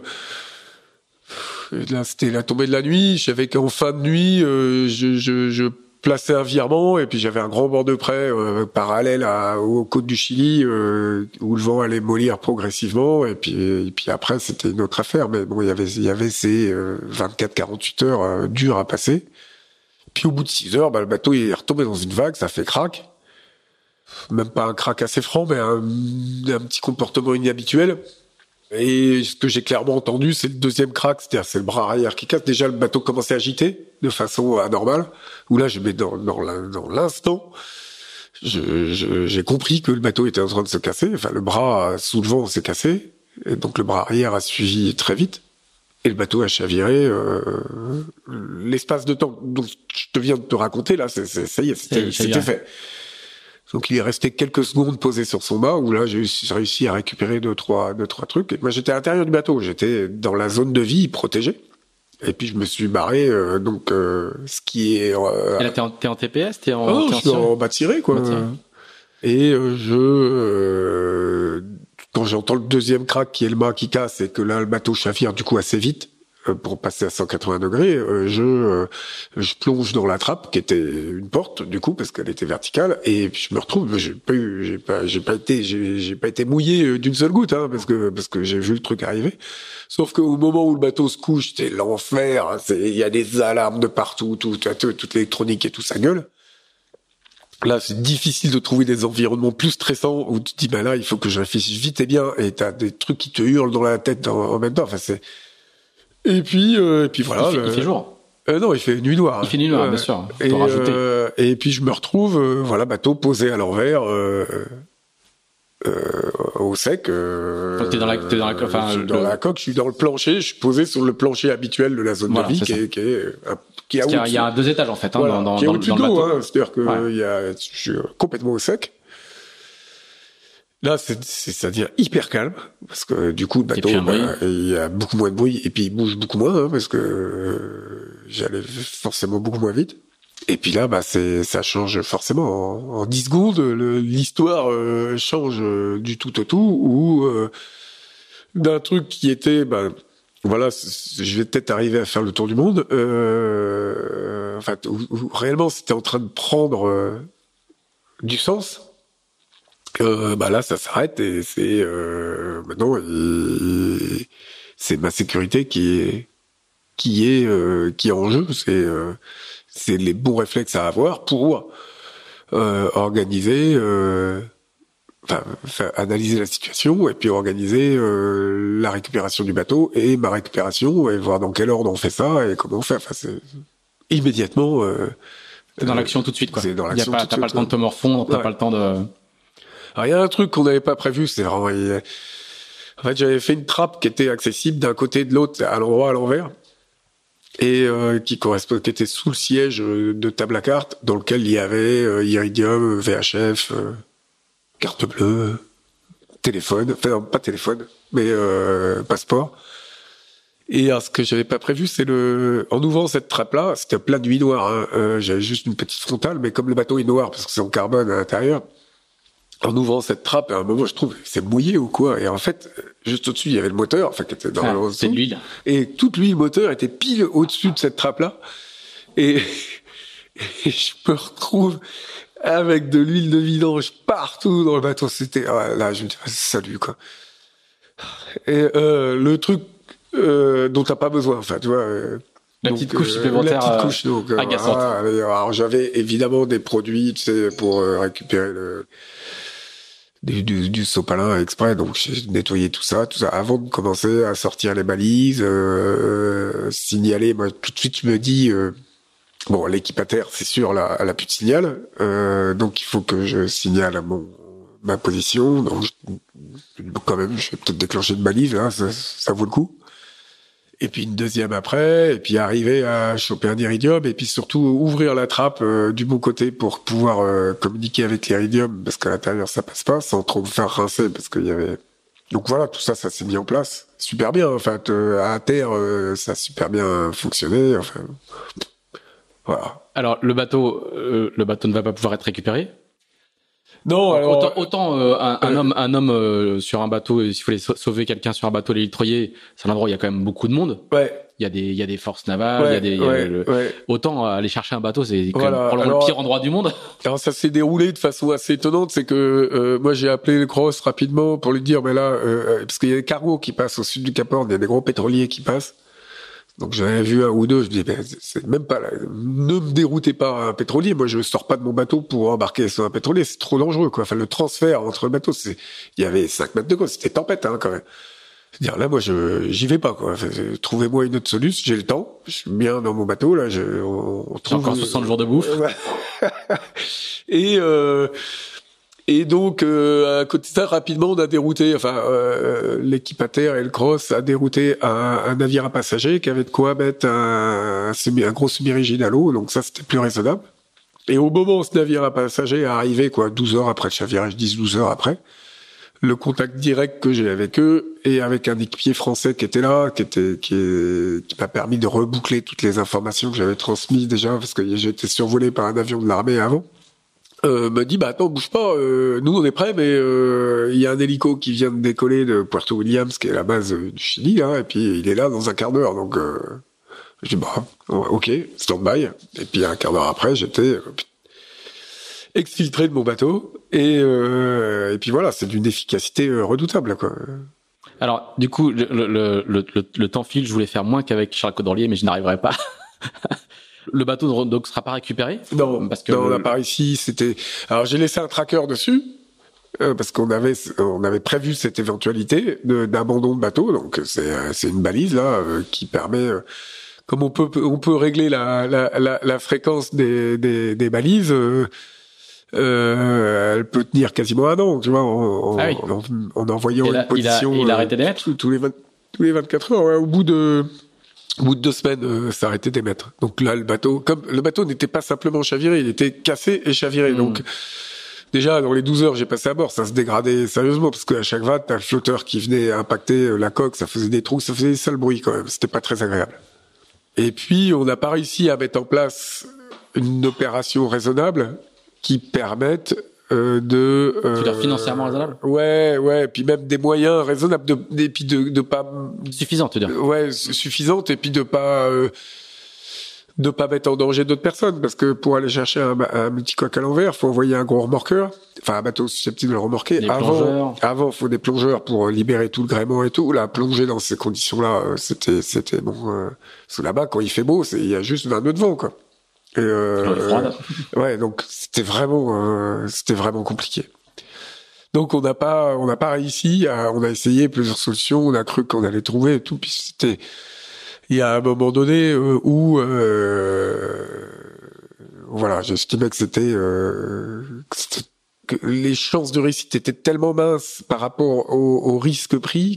là, c'était la tombée de la nuit. Je savais qu'en fin de nuit, euh, je, je, je placé un virement et puis j'avais un grand bord de près euh, parallèle à, aux côtes du Chili euh, où le vent allait mollir progressivement et puis et puis après c'était une autre affaire, mais bon il y avait il y avait ces euh, vingt-quatre à quarante-huit heures euh, dures à passer. Puis au bout de six heures, bah, le bateau il est retombé dans une vague, ça fait crack. Même pas un crack assez franc, mais un, un petit comportement inhabituel. Et ce que j'ai clairement entendu, c'est le deuxième crack, c'est-à-dire c'est le bras arrière qui casse. Déjà, le bateau commençait à agiter de façon anormale. Où là, je mets dans, dans, dans l'instant, je, je, j'ai compris que le bateau était en train de se casser. Enfin, le bras sous le vent s'est cassé, et donc le bras arrière a suivi très vite. Et le bateau a chaviré euh, l'espace de temps dont je te viens de te raconter. Là, c'est, c'est, ça y est, c'était, c'était fait. Donc il est resté quelques secondes posé sur son mât où là j'ai réussi à récupérer deux trois deux trois trucs. Et moi j'étais à l'intérieur du bateau, j'étais dans la zone de vie protégée. Et puis je me suis barré euh, donc euh, ce qui est. Euh, Et là t'es en, t'es en T P S, t'es en. Oh, t'es je suis en bas tiré quoi. Bas tiré. Et euh, je euh, quand j'entends le deuxième crack qui est le mât qui casse et que là le bateau chavire du coup assez vite. Pour passer à cent quatre-vingts degrés, euh, je euh, je plonge dans la trappe qui était une porte du coup parce qu'elle était verticale et puis je me retrouve j'ai pas eu j'ai pas j'ai pas été j'ai j'ai pas été mouillé d'une seule goutte hein, parce que parce que j'ai vu le truc arriver. Sauf qu'au moment où le bateau se couche, c'est l'enfer, hein, c'est il y a des alarmes de partout, tout, tout, tout toute l'électronique et tout ça gueule. Là, c'est difficile de trouver des environnements plus stressants où tu te dis bah là, il faut que je réfléchisse vite et bien et t'as des trucs qui te hurlent dans la tête en, en même temps. Enfin c'est Et puis, euh, et puis voilà. Il fait, le... il fait jour. Euh, non, il fait nuit noire. Il fait nuit noire, euh, bien sûr. Et, euh, et puis je me retrouve, euh, voilà, bateau posé à l'envers, euh, euh, au sec. Euh, Donc t'es dans la, t'es dans la, enfin, je suis le... dans la coque, je suis dans le plancher, je suis posé sur le plancher habituel de la zone voilà, de vie, qui est, qui est, euh, qui a. Il y a, il y a deux étages en fait, hein, voilà, dans, dans, qui est dans, au-dessus dans de le l'eau, bateau. hein, c'est-à-dire que ouais. il y a, je suis complètement au sec. Là, c'est, c'est, ça devient hyper calme, parce que du coup, le bateau, bah, il y a beaucoup moins de bruit, et puis il bouge beaucoup moins, hein, parce que euh, j'allais forcément beaucoup moins vite. Et puis là, bah, c'est, ça change forcément. En, en dix secondes, le, l'histoire euh, change euh, du tout au tout, ou euh, d'un truc qui était, bah, voilà, je vais peut-être arriver à faire le tour du monde, euh, enfin, où, où réellement c'était en train de prendre euh, du sens. Euh, bah là, ça s'arrête et c'est euh, maintenant, il, c'est ma sécurité qui est qui est euh, qui est en jeu. C'est euh, c'est les bons réflexes à avoir pour euh, organiser, euh, enfin, enfin analyser la situation et puis organiser euh, la récupération du bateau et ma récupération et voir dans quel ordre on fait ça et comment on fait. Enfin, c'est immédiatement. Euh, T'es dans l'action tout de suite, quoi. C'est dans Y a l'action pas, tout de t'as pas le suite, temps de te morfondre, t'as ouais. pas le temps de. Alors il y a un truc qu'on n'avait pas prévu, c'est vraiment. Il... En fait, j'avais fait une trappe qui était accessible d'un côté et de l'autre, à l'endroit à l'envers, et euh, qui correspond, qui était sous le siège de table à cartes, dans lequel il y avait euh, Iridium, V H F, euh, carte bleue, téléphone, enfin non, pas téléphone, mais euh, passeport. Et alors, ce que j'avais pas prévu, c'est le, en ouvrant cette trappe-là, c'était plein de nuit noire. Hein, euh, j'avais juste une petite frontale, mais comme le bateau est noir parce que c'est en carbone à l'intérieur. En ouvrant cette trappe, à un moment, je trouve, c'est mouillé ou quoi. Et en fait, juste au-dessus, il y avait le moteur, enfin, qui était dans ah, le c'est de l'huile. Et toute l'huile moteur était pile au-dessus de cette trappe-là. Et, et je me retrouve avec de l'huile de vidange partout dans le bateau. C'était, ah, là, je me dis, salut, quoi. Et, euh, le truc, euh, dont t'as pas besoin, enfin, tu vois, euh, La donc, petite couche euh, supplémentaire, la petite couche, donc, euh, agaçante. ah, alors, j'avais évidemment des produits, tu sais, pour euh, récupérer le, Du, du, du sopalin exprès, donc j'ai nettoyé tout ça, tout ça avant de commencer à sortir les balises, euh, signaler. Moi, tout de suite, je me dis, euh, bon, l'équipe à terre, c'est sûr, là, elle a plus de signal, euh, donc il faut que je signale mon ma position. Donc, je, quand même, je vais peut-être déclencher une balise, là, ça, ça vaut le coup. Et puis une deuxième après, et puis arriver à choper un iridium, et puis surtout ouvrir la trappe euh, du bon côté pour pouvoir euh, communiquer avec l'iridium, parce qu'à l'intérieur ça passe pas, sans trop me faire rincer, parce qu'il y avait... Donc voilà, tout ça, ça s'est mis en place. Super bien, en fait. Euh, à terre, euh, ça a super bien fonctionné, enfin... Voilà. Alors, le bateau, euh, le bateau ne va pas pouvoir être récupéré. Non, alors... Autant, autant euh, un, un homme, un homme euh, sur un bateau, s'il fallait sauver quelqu'un sur un bateau, les Troyer, c'est un endroit où il y a quand même beaucoup de monde. Ouais. Il y a des, il y a des forces navales, ouais, il y a des, il y a ouais, le... ouais. Autant aller chercher un bateau, c'est quand voilà. même probablement alors, le pire endroit du monde. Alors ça s'est déroulé de façon assez étonnante, c'est que euh, moi j'ai appelé le Cross rapidement pour lui dire, mais là, euh, parce qu'il y a des cargos qui passent au sud du Cap Horn, il y a des gros pétroliers qui passent. Donc j'en avais vu un ou deux, je dis, ben, c'est même pas là. Ne me déroutez pas un pétrolier, moi je sors pas de mon bateau pour embarquer sur un pétrolier, c'est trop dangereux, quoi. Enfin, le transfert entre le bateau, c'est, il y avait cinq mètres de côte, c'était tempête, hein, quand même. C'est-à-dire, là, moi, je, j'y vais pas, quoi. Enfin, trouvez-moi une autre solution, j'ai le temps, je suis bien dans mon bateau, là, je, on, on trouve... encore soixante jours de bouffe. Et, euh, Et donc, euh, à côté de ça, rapidement, on a dérouté, enfin, euh, l'équipe à terre et le cross a dérouté un, un navire à passagers qui avait de quoi mettre un, un, semi, un gros semi-rigide à l'eau, donc ça, c'était plus raisonnable. Et au moment où ce navire à passagers est arrivé, quoi, douze heures après le chavirage, dix douze heures après, le contact direct que j'ai avec eux et avec un équipier français qui était là, qui était, qui, est, qui m'a permis de reboucler toutes les informations que j'avais transmises déjà, parce que j'ai été survolé par un avion de l'armée avant. Euh, me dit bah attends bouge pas, euh, nous on est prêts, mais il euh, y a un hélico qui vient de décoller de Puerto Williams, qui est la base euh, du Chili, là, et puis il est là dans un quart d'heure, donc euh, je dis bah ok, stand-by. Et puis un quart d'heure après, j'étais euh, exfiltré de mon bateau, et euh, et puis voilà, c'est d'une efficacité euh, redoutable, quoi. Alors du coup, le, le, le, le, le temps file, je voulais faire moins qu'avec Charles Caudrelier, mais je n'arriverai pas. Le bateau donc sera pas récupéré? Non, parce que non, le... là par ici, c'était. Alors j'ai laissé un tracker dessus euh, parce qu'on avait on avait prévu cette éventualité de, d'abandon de bateau. Donc c'est c'est une balise là euh, qui permet, euh, comme on peut on peut régler la la la, la fréquence des des, des balises. Euh, euh, elle peut tenir quasiment un an, tu vois, en, ah oui. en, en envoyant il a, une position. Il a, il a arrêté d'émettre tous, tous les vingt, tous les vingt-quatre heures, ouais, au bout de. Au bout de deux semaines, euh, ça arrêtait d'émettre. Donc là, le bateau, comme le bateau n'était pas simplement chaviré, il était cassé et chaviré. Mmh. Donc déjà, dans les douze heures, j'ai passé à bord, ça se dégradait sérieusement, parce qu'à chaque vague, t'as le flotteur qui venait impacter la coque, ça faisait des trous, ça faisait des sales bruits quand même. C'était pas très agréable. Et puis, on n'a pas réussi à mettre en place une opération raisonnable qui permette euh, de... Euh, tu veux dire financièrement raisonnable? Ouais, ouais, et puis même des moyens raisonnables, de, et puis de, de pas... Suffisant, tu veux dire? Ouais, suffisante, et puis de pas... Euh, de pas mettre en danger d'autres personnes, parce que pour aller chercher un, un multicoque à l'envers, faut envoyer un gros remorqueur, enfin un bateau susceptible de le remorquer. Des avant, plongeurs. avant, faut des plongeurs pour libérer tout le gréement et tout. Là, plonger dans ces conditions-là, c'était, c'était bon. Euh, sous là-bas, quand il fait beau, c'est il y a juste vingt nœuds de vent, quoi. Et euh, euh, ouais, donc c'était vraiment, euh, c'était vraiment compliqué. Donc on n'a pas, on n'a pas réussi. À, on a essayé plusieurs solutions. On a cru qu'on allait trouver et tout. Puis c'était, il y a un moment donné euh, où, euh, voilà, j'estimais que c'était, euh, que c'était, que les chances de réussite étaient tellement minces par rapport au, au risque pris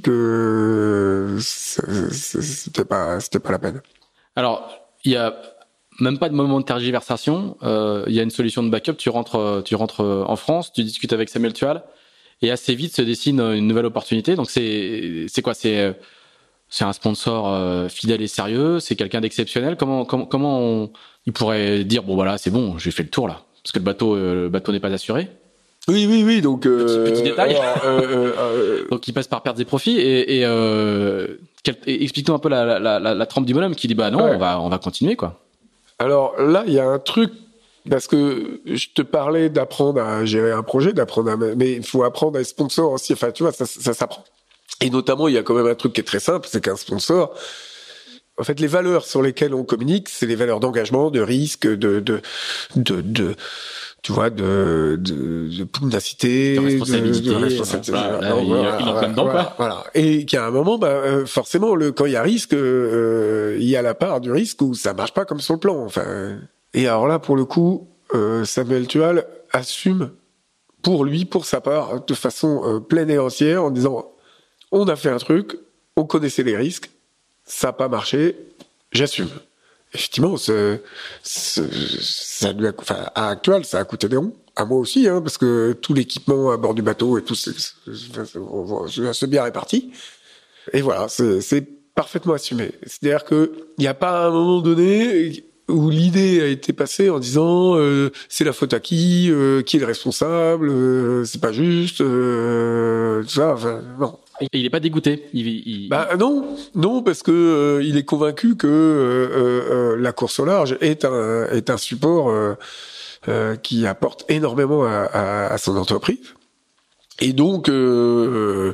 que c'était pas, c'était pas la peine. Alors, il y a même pas de moment de tergiversation. Euh, il y a une solution de backup. Tu rentres, tu rentres en France, tu discutes avec Samuel Tual, et assez vite se dessine une nouvelle opportunité. Donc c'est, c'est quoi? C'est, c'est un sponsor euh, fidèle et sérieux. C'est quelqu'un d'exceptionnel. Comment, comment, comment on, il pourrait dire bon voilà, c'est bon, j'ai fait le tour là, parce que le bateau, euh, le bateau n'est pas assuré. Oui, oui, oui. Donc euh, petit, petit détail. Alors, euh, euh, euh, donc il passe par pertes et profits. Et, et, euh, quel, et explique-nous un peu la, la, la, la trempe du bonhomme qui dit bah non, ouais. on va, on va continuer quoi. Alors là, il y a un truc, parce que je te parlais d'apprendre à gérer un projet, d'apprendre à, mais il faut apprendre à être sponsor aussi. Enfin, tu vois, ça, ça s'apprend. Et notamment, il y a quand même un truc qui est très simple, c'est qu'un sponsor, en fait, les valeurs sur lesquelles on communique, c'est les valeurs d'engagement, de risque, de, de, de, de tu vois, de, de, de pugnacité, de responsabilité, de, de responsabilité. Voilà, là, il, voilà, il en voilà, dedans, voilà, quoi. Voilà. Et qu'à un moment, bah, euh, forcément, le, quand il y a risque, euh, il y a la part du risque où ça marche pas comme sur le plan. Enfin, euh, et alors là, pour le coup, euh, Samuel Tual assume pour lui, pour sa part, de façon euh, pleine et entière, en disant, on a fait un truc, on connaissait les risques, ça n'a pas marché, j'assume. Effectivement, c'est, c'est, ça lui a, enfin, à Actual, ça a coûté des ronds. À moi aussi, hein, parce que tout l'équipement à bord du bateau et tout, c'est, c'est, c'est, c'est bien réparti. Et voilà, c'est, c'est parfaitement assumé. C'est-à-dire que il n'y a pas un moment donné où l'idée a été passée en disant euh, c'est la faute à qui, euh, qui est le responsable, euh, c'est pas juste, euh, tout ça. Enfin, non. Et il est pas dégoûté. Il, il... Bah non, non parce que euh, il est convaincu que euh, euh, la course au large est un est un support euh, euh, qui apporte énormément à, à, à son entreprise. Et donc euh,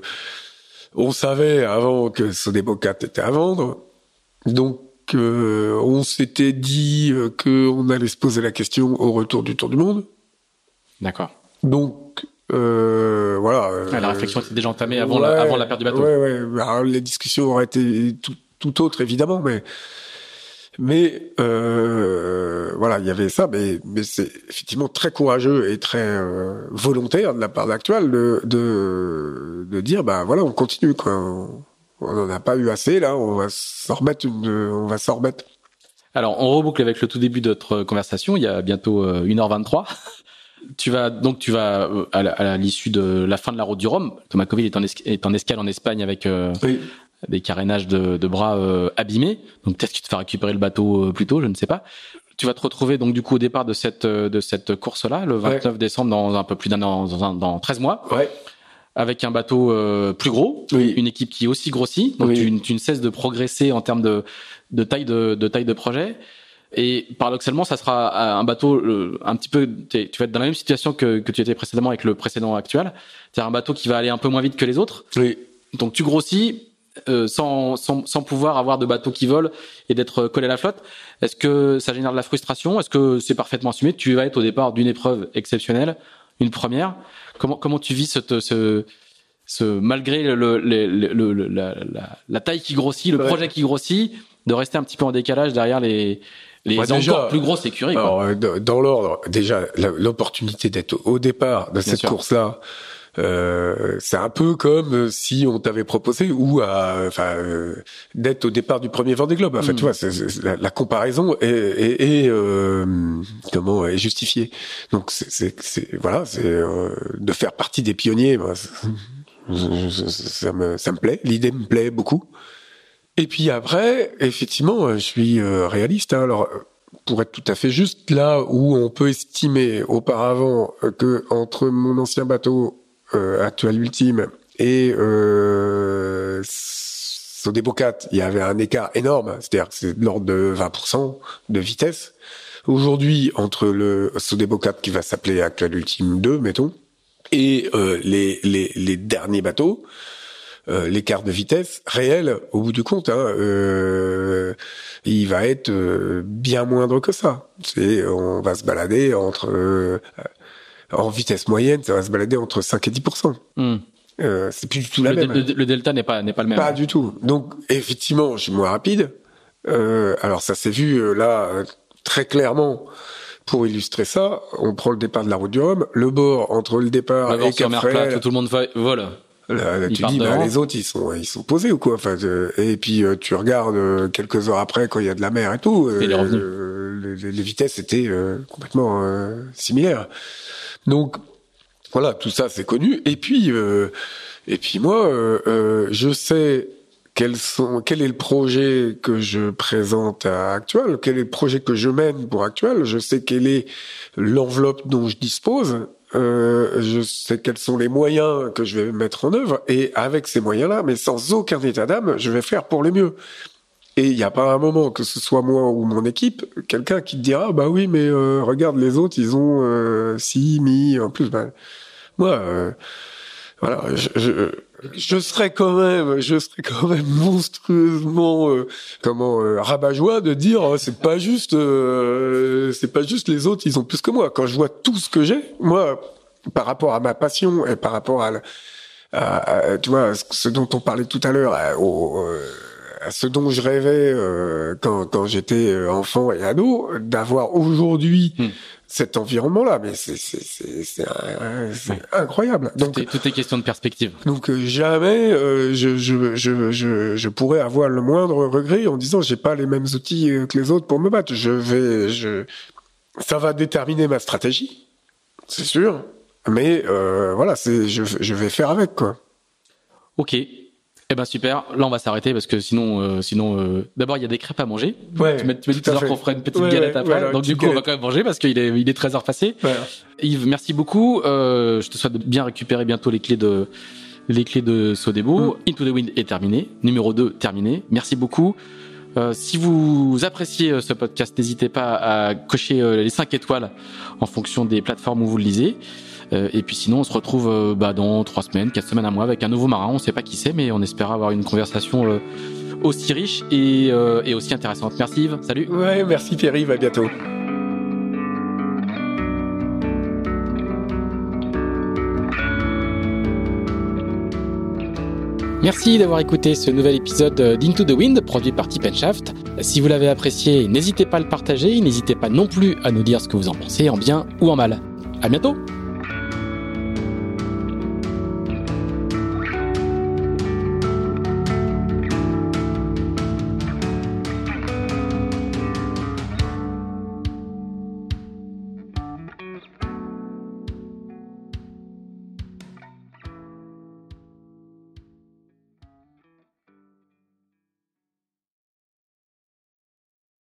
on savait avant que Sodebocat était à vendre, donc euh, on s'était dit euh, que on allait se poser la question au retour du Tour du Monde. D'accord. Donc Euh, voilà. Ah, la réflexion était déjà entamée avant, ouais, la, avant la perte du bateau. Ouais, ouais. Alors, les discussions auraient été tout, tout autres, évidemment, mais, mais, euh, voilà, il y avait ça, mais, mais c'est effectivement très courageux et très euh, volontaire de la part d'Actual de, de, de dire, bah voilà, on continue, quoi. On n'en a pas eu assez, là, on va s'en remettre une, on va s'en remettre. Alors, on reboucle avec le tout début de notre conversation, il y a bientôt euh, une heure vingt-trois. Tu vas donc tu vas euh, à, la, à l'issue de la fin de la route du Rhum. Thomas Coville est en, es- est en escale en Espagne avec euh, oui. des carénages de, de bras euh, abîmés. Donc peut-être que tu te fais récupérer le bateau euh, plus tôt, je ne sais pas. Tu vas te retrouver donc du coup au départ de cette de cette course-là, le vingt-neuf ouais. décembre, dans un peu plus d'un an, dans, un, dans treize mois, ouais. avec un bateau euh, plus gros, oui. une équipe qui aussi grossit. Donc oui. tu, tu ne cesses de progresser en termes de de taille de, de taille de projet. Et paradoxalement, ça sera un bateau euh, un petit peu. Tu vas être dans la même situation que, que tu étais précédemment avec le précédent actuel. C'est un bateau qui va aller un peu moins vite que les autres. Oui. Donc tu grossis euh, sans, sans sans pouvoir avoir de bateau qui vole et d'être collé à la flotte. Est-ce que ça génère de la frustration? Est-ce que c'est parfaitement assumé? Tu vas être au départ d'une épreuve exceptionnelle, une première. Comment comment tu vis ce ce ce malgré le, le, le, le, le la, la la taille qui grossit, le ouais. projet qui grossit, de rester un petit peu en décalage derrière les les bah, encore déjà, plus grosses écuries. Alors, quoi. Dans l'ordre, déjà, l'opportunité d'être au départ de Bien cette sûr. course-là, euh, c'est un peu comme si on t'avait proposé ou à, enfin, euh, d'être au départ du premier Vendée Globe. En fait, mmh. tu vois, c'est, c'est, la, la comparaison est, est, est euh, comment est justifiée. Donc, c'est, c'est, c'est voilà, c'est euh, de faire partie des pionniers. Bah, ça me, ça me plaît. L'idée me plaît beaucoup. Et puis après, effectivement, je suis euh, réaliste. Hein, alors, pour être tout à fait juste, là où on peut estimer auparavant que entre mon ancien bateau euh, actuel ultime et euh, Sodebo quatre, il y avait un écart énorme, c'est-à-dire que c'est de l'ordre de vingt pour cent de vitesse. Aujourd'hui, entre le Sodebo quatre qui va s'appeler Actual Ultime deux, mettons, et euh, les, les, les derniers bateaux, euh, l'écart de vitesse réel, au bout du compte, hein, euh, il va être euh, bien moindre que ça. C'est, on va se balader entre, euh, en vitesse moyenne, ça va se balader entre cinq et dix pour cent. Mmh. Euh, c'est plus du tout la le, même. Le, le delta n'est pas n'est pas le même. Pas du tout. Donc effectivement, je suis moins rapide. Euh, alors ça s'est vu euh, là euh, très clairement. Pour illustrer ça, on prend le départ de la route du Rhum, le bord entre le départ le et Cap-Fréhel. Tout le monde va, voilà. Là, là tu dis, bah, les autres ils sont ils sont posés ou quoi. Enfin, euh, et puis euh, tu regardes euh, quelques heures après quand il y a de la mer et tout. Euh, et euh, les, les vitesses étaient euh, complètement euh, similaires. Donc voilà, tout ça c'est connu. Et puis, euh, et puis moi, euh, euh, je sais quels sont, quel est le projet que je présente à Actual, quel est le projet que je mène pour Actual. Je sais quelle est l'enveloppe dont je dispose. Euh, je sais quels sont les moyens que je vais mettre en œuvre. Et avec ces moyens-là, mais sans aucun état d'âme, je vais faire pour le mieux. Et il n'y a pas un moment, que ce soit moi ou mon équipe, quelqu'un qui te dira, bah oui, mais euh, regarde les autres, ils ont euh, si mis en plus. Ben, moi, euh, voilà, je, je, je serais quand même, je serais quand même monstrueusement, euh, comment, euh, rabat-joie de dire, oh, c'est pas juste, euh, c'est pas juste les autres, ils ont plus que moi. Quand je vois tout ce que j'ai, moi, par rapport à ma passion et par rapport à, à, à tu vois, ce dont on parlait tout à l'heure, à, au, à ce dont je rêvais euh, quand, quand j'étais enfant et ado, d'avoir aujourd'hui. Hmm. Cet environnement-là, mais c'est c'est c'est c'est, un, c'est ouais. incroyable. Donc tout est, tout est question de perspective. Donc euh, jamais euh, je, je je je je pourrais avoir le moindre regret en disant j'ai pas les mêmes outils que les autres pour me battre. Je vais je ça va déterminer ma stratégie, c'est sûr. Mais euh, voilà, c'est je je vais faire avec quoi. Ok. Eh ben super, là on va s'arrêter parce que sinon, euh, sinon, euh, d'abord il y a des crêpes à manger. Ouais, tu m'as dit tout à l'heure qu'on ferait une petite ouais, galette ouais, après, voilà, donc du coup galette. On va quand même manger parce qu'il est, il est treize heures passées. Ouais. Yves, merci beaucoup. Euh, je te souhaite de bien récupérer bientôt les clés de, les clés de Sodebo. Mm. Into the Wind est terminé, numéro deux terminé. Merci beaucoup. Euh, si vous appréciez ce podcast, n'hésitez pas à cocher les cinq étoiles en fonction des plateformes où vous le lisez. Euh, et puis sinon, on se retrouve euh, bah, dans trois semaines, quatre semaines, un mois avec un nouveau marin. On ne sait pas qui c'est, mais on espère avoir une conversation euh, aussi riche et, euh, et aussi intéressante. Merci Yves, salut. Ouais, merci Pierre-Yves, à bientôt. Merci d'avoir écouté ce nouvel épisode d'Into the Wind, produit par Tip and Shaft. Si vous l'avez apprécié, n'hésitez pas à le partager, n'hésitez pas non plus à nous dire ce que vous en pensez, en bien ou en mal. À bientôt.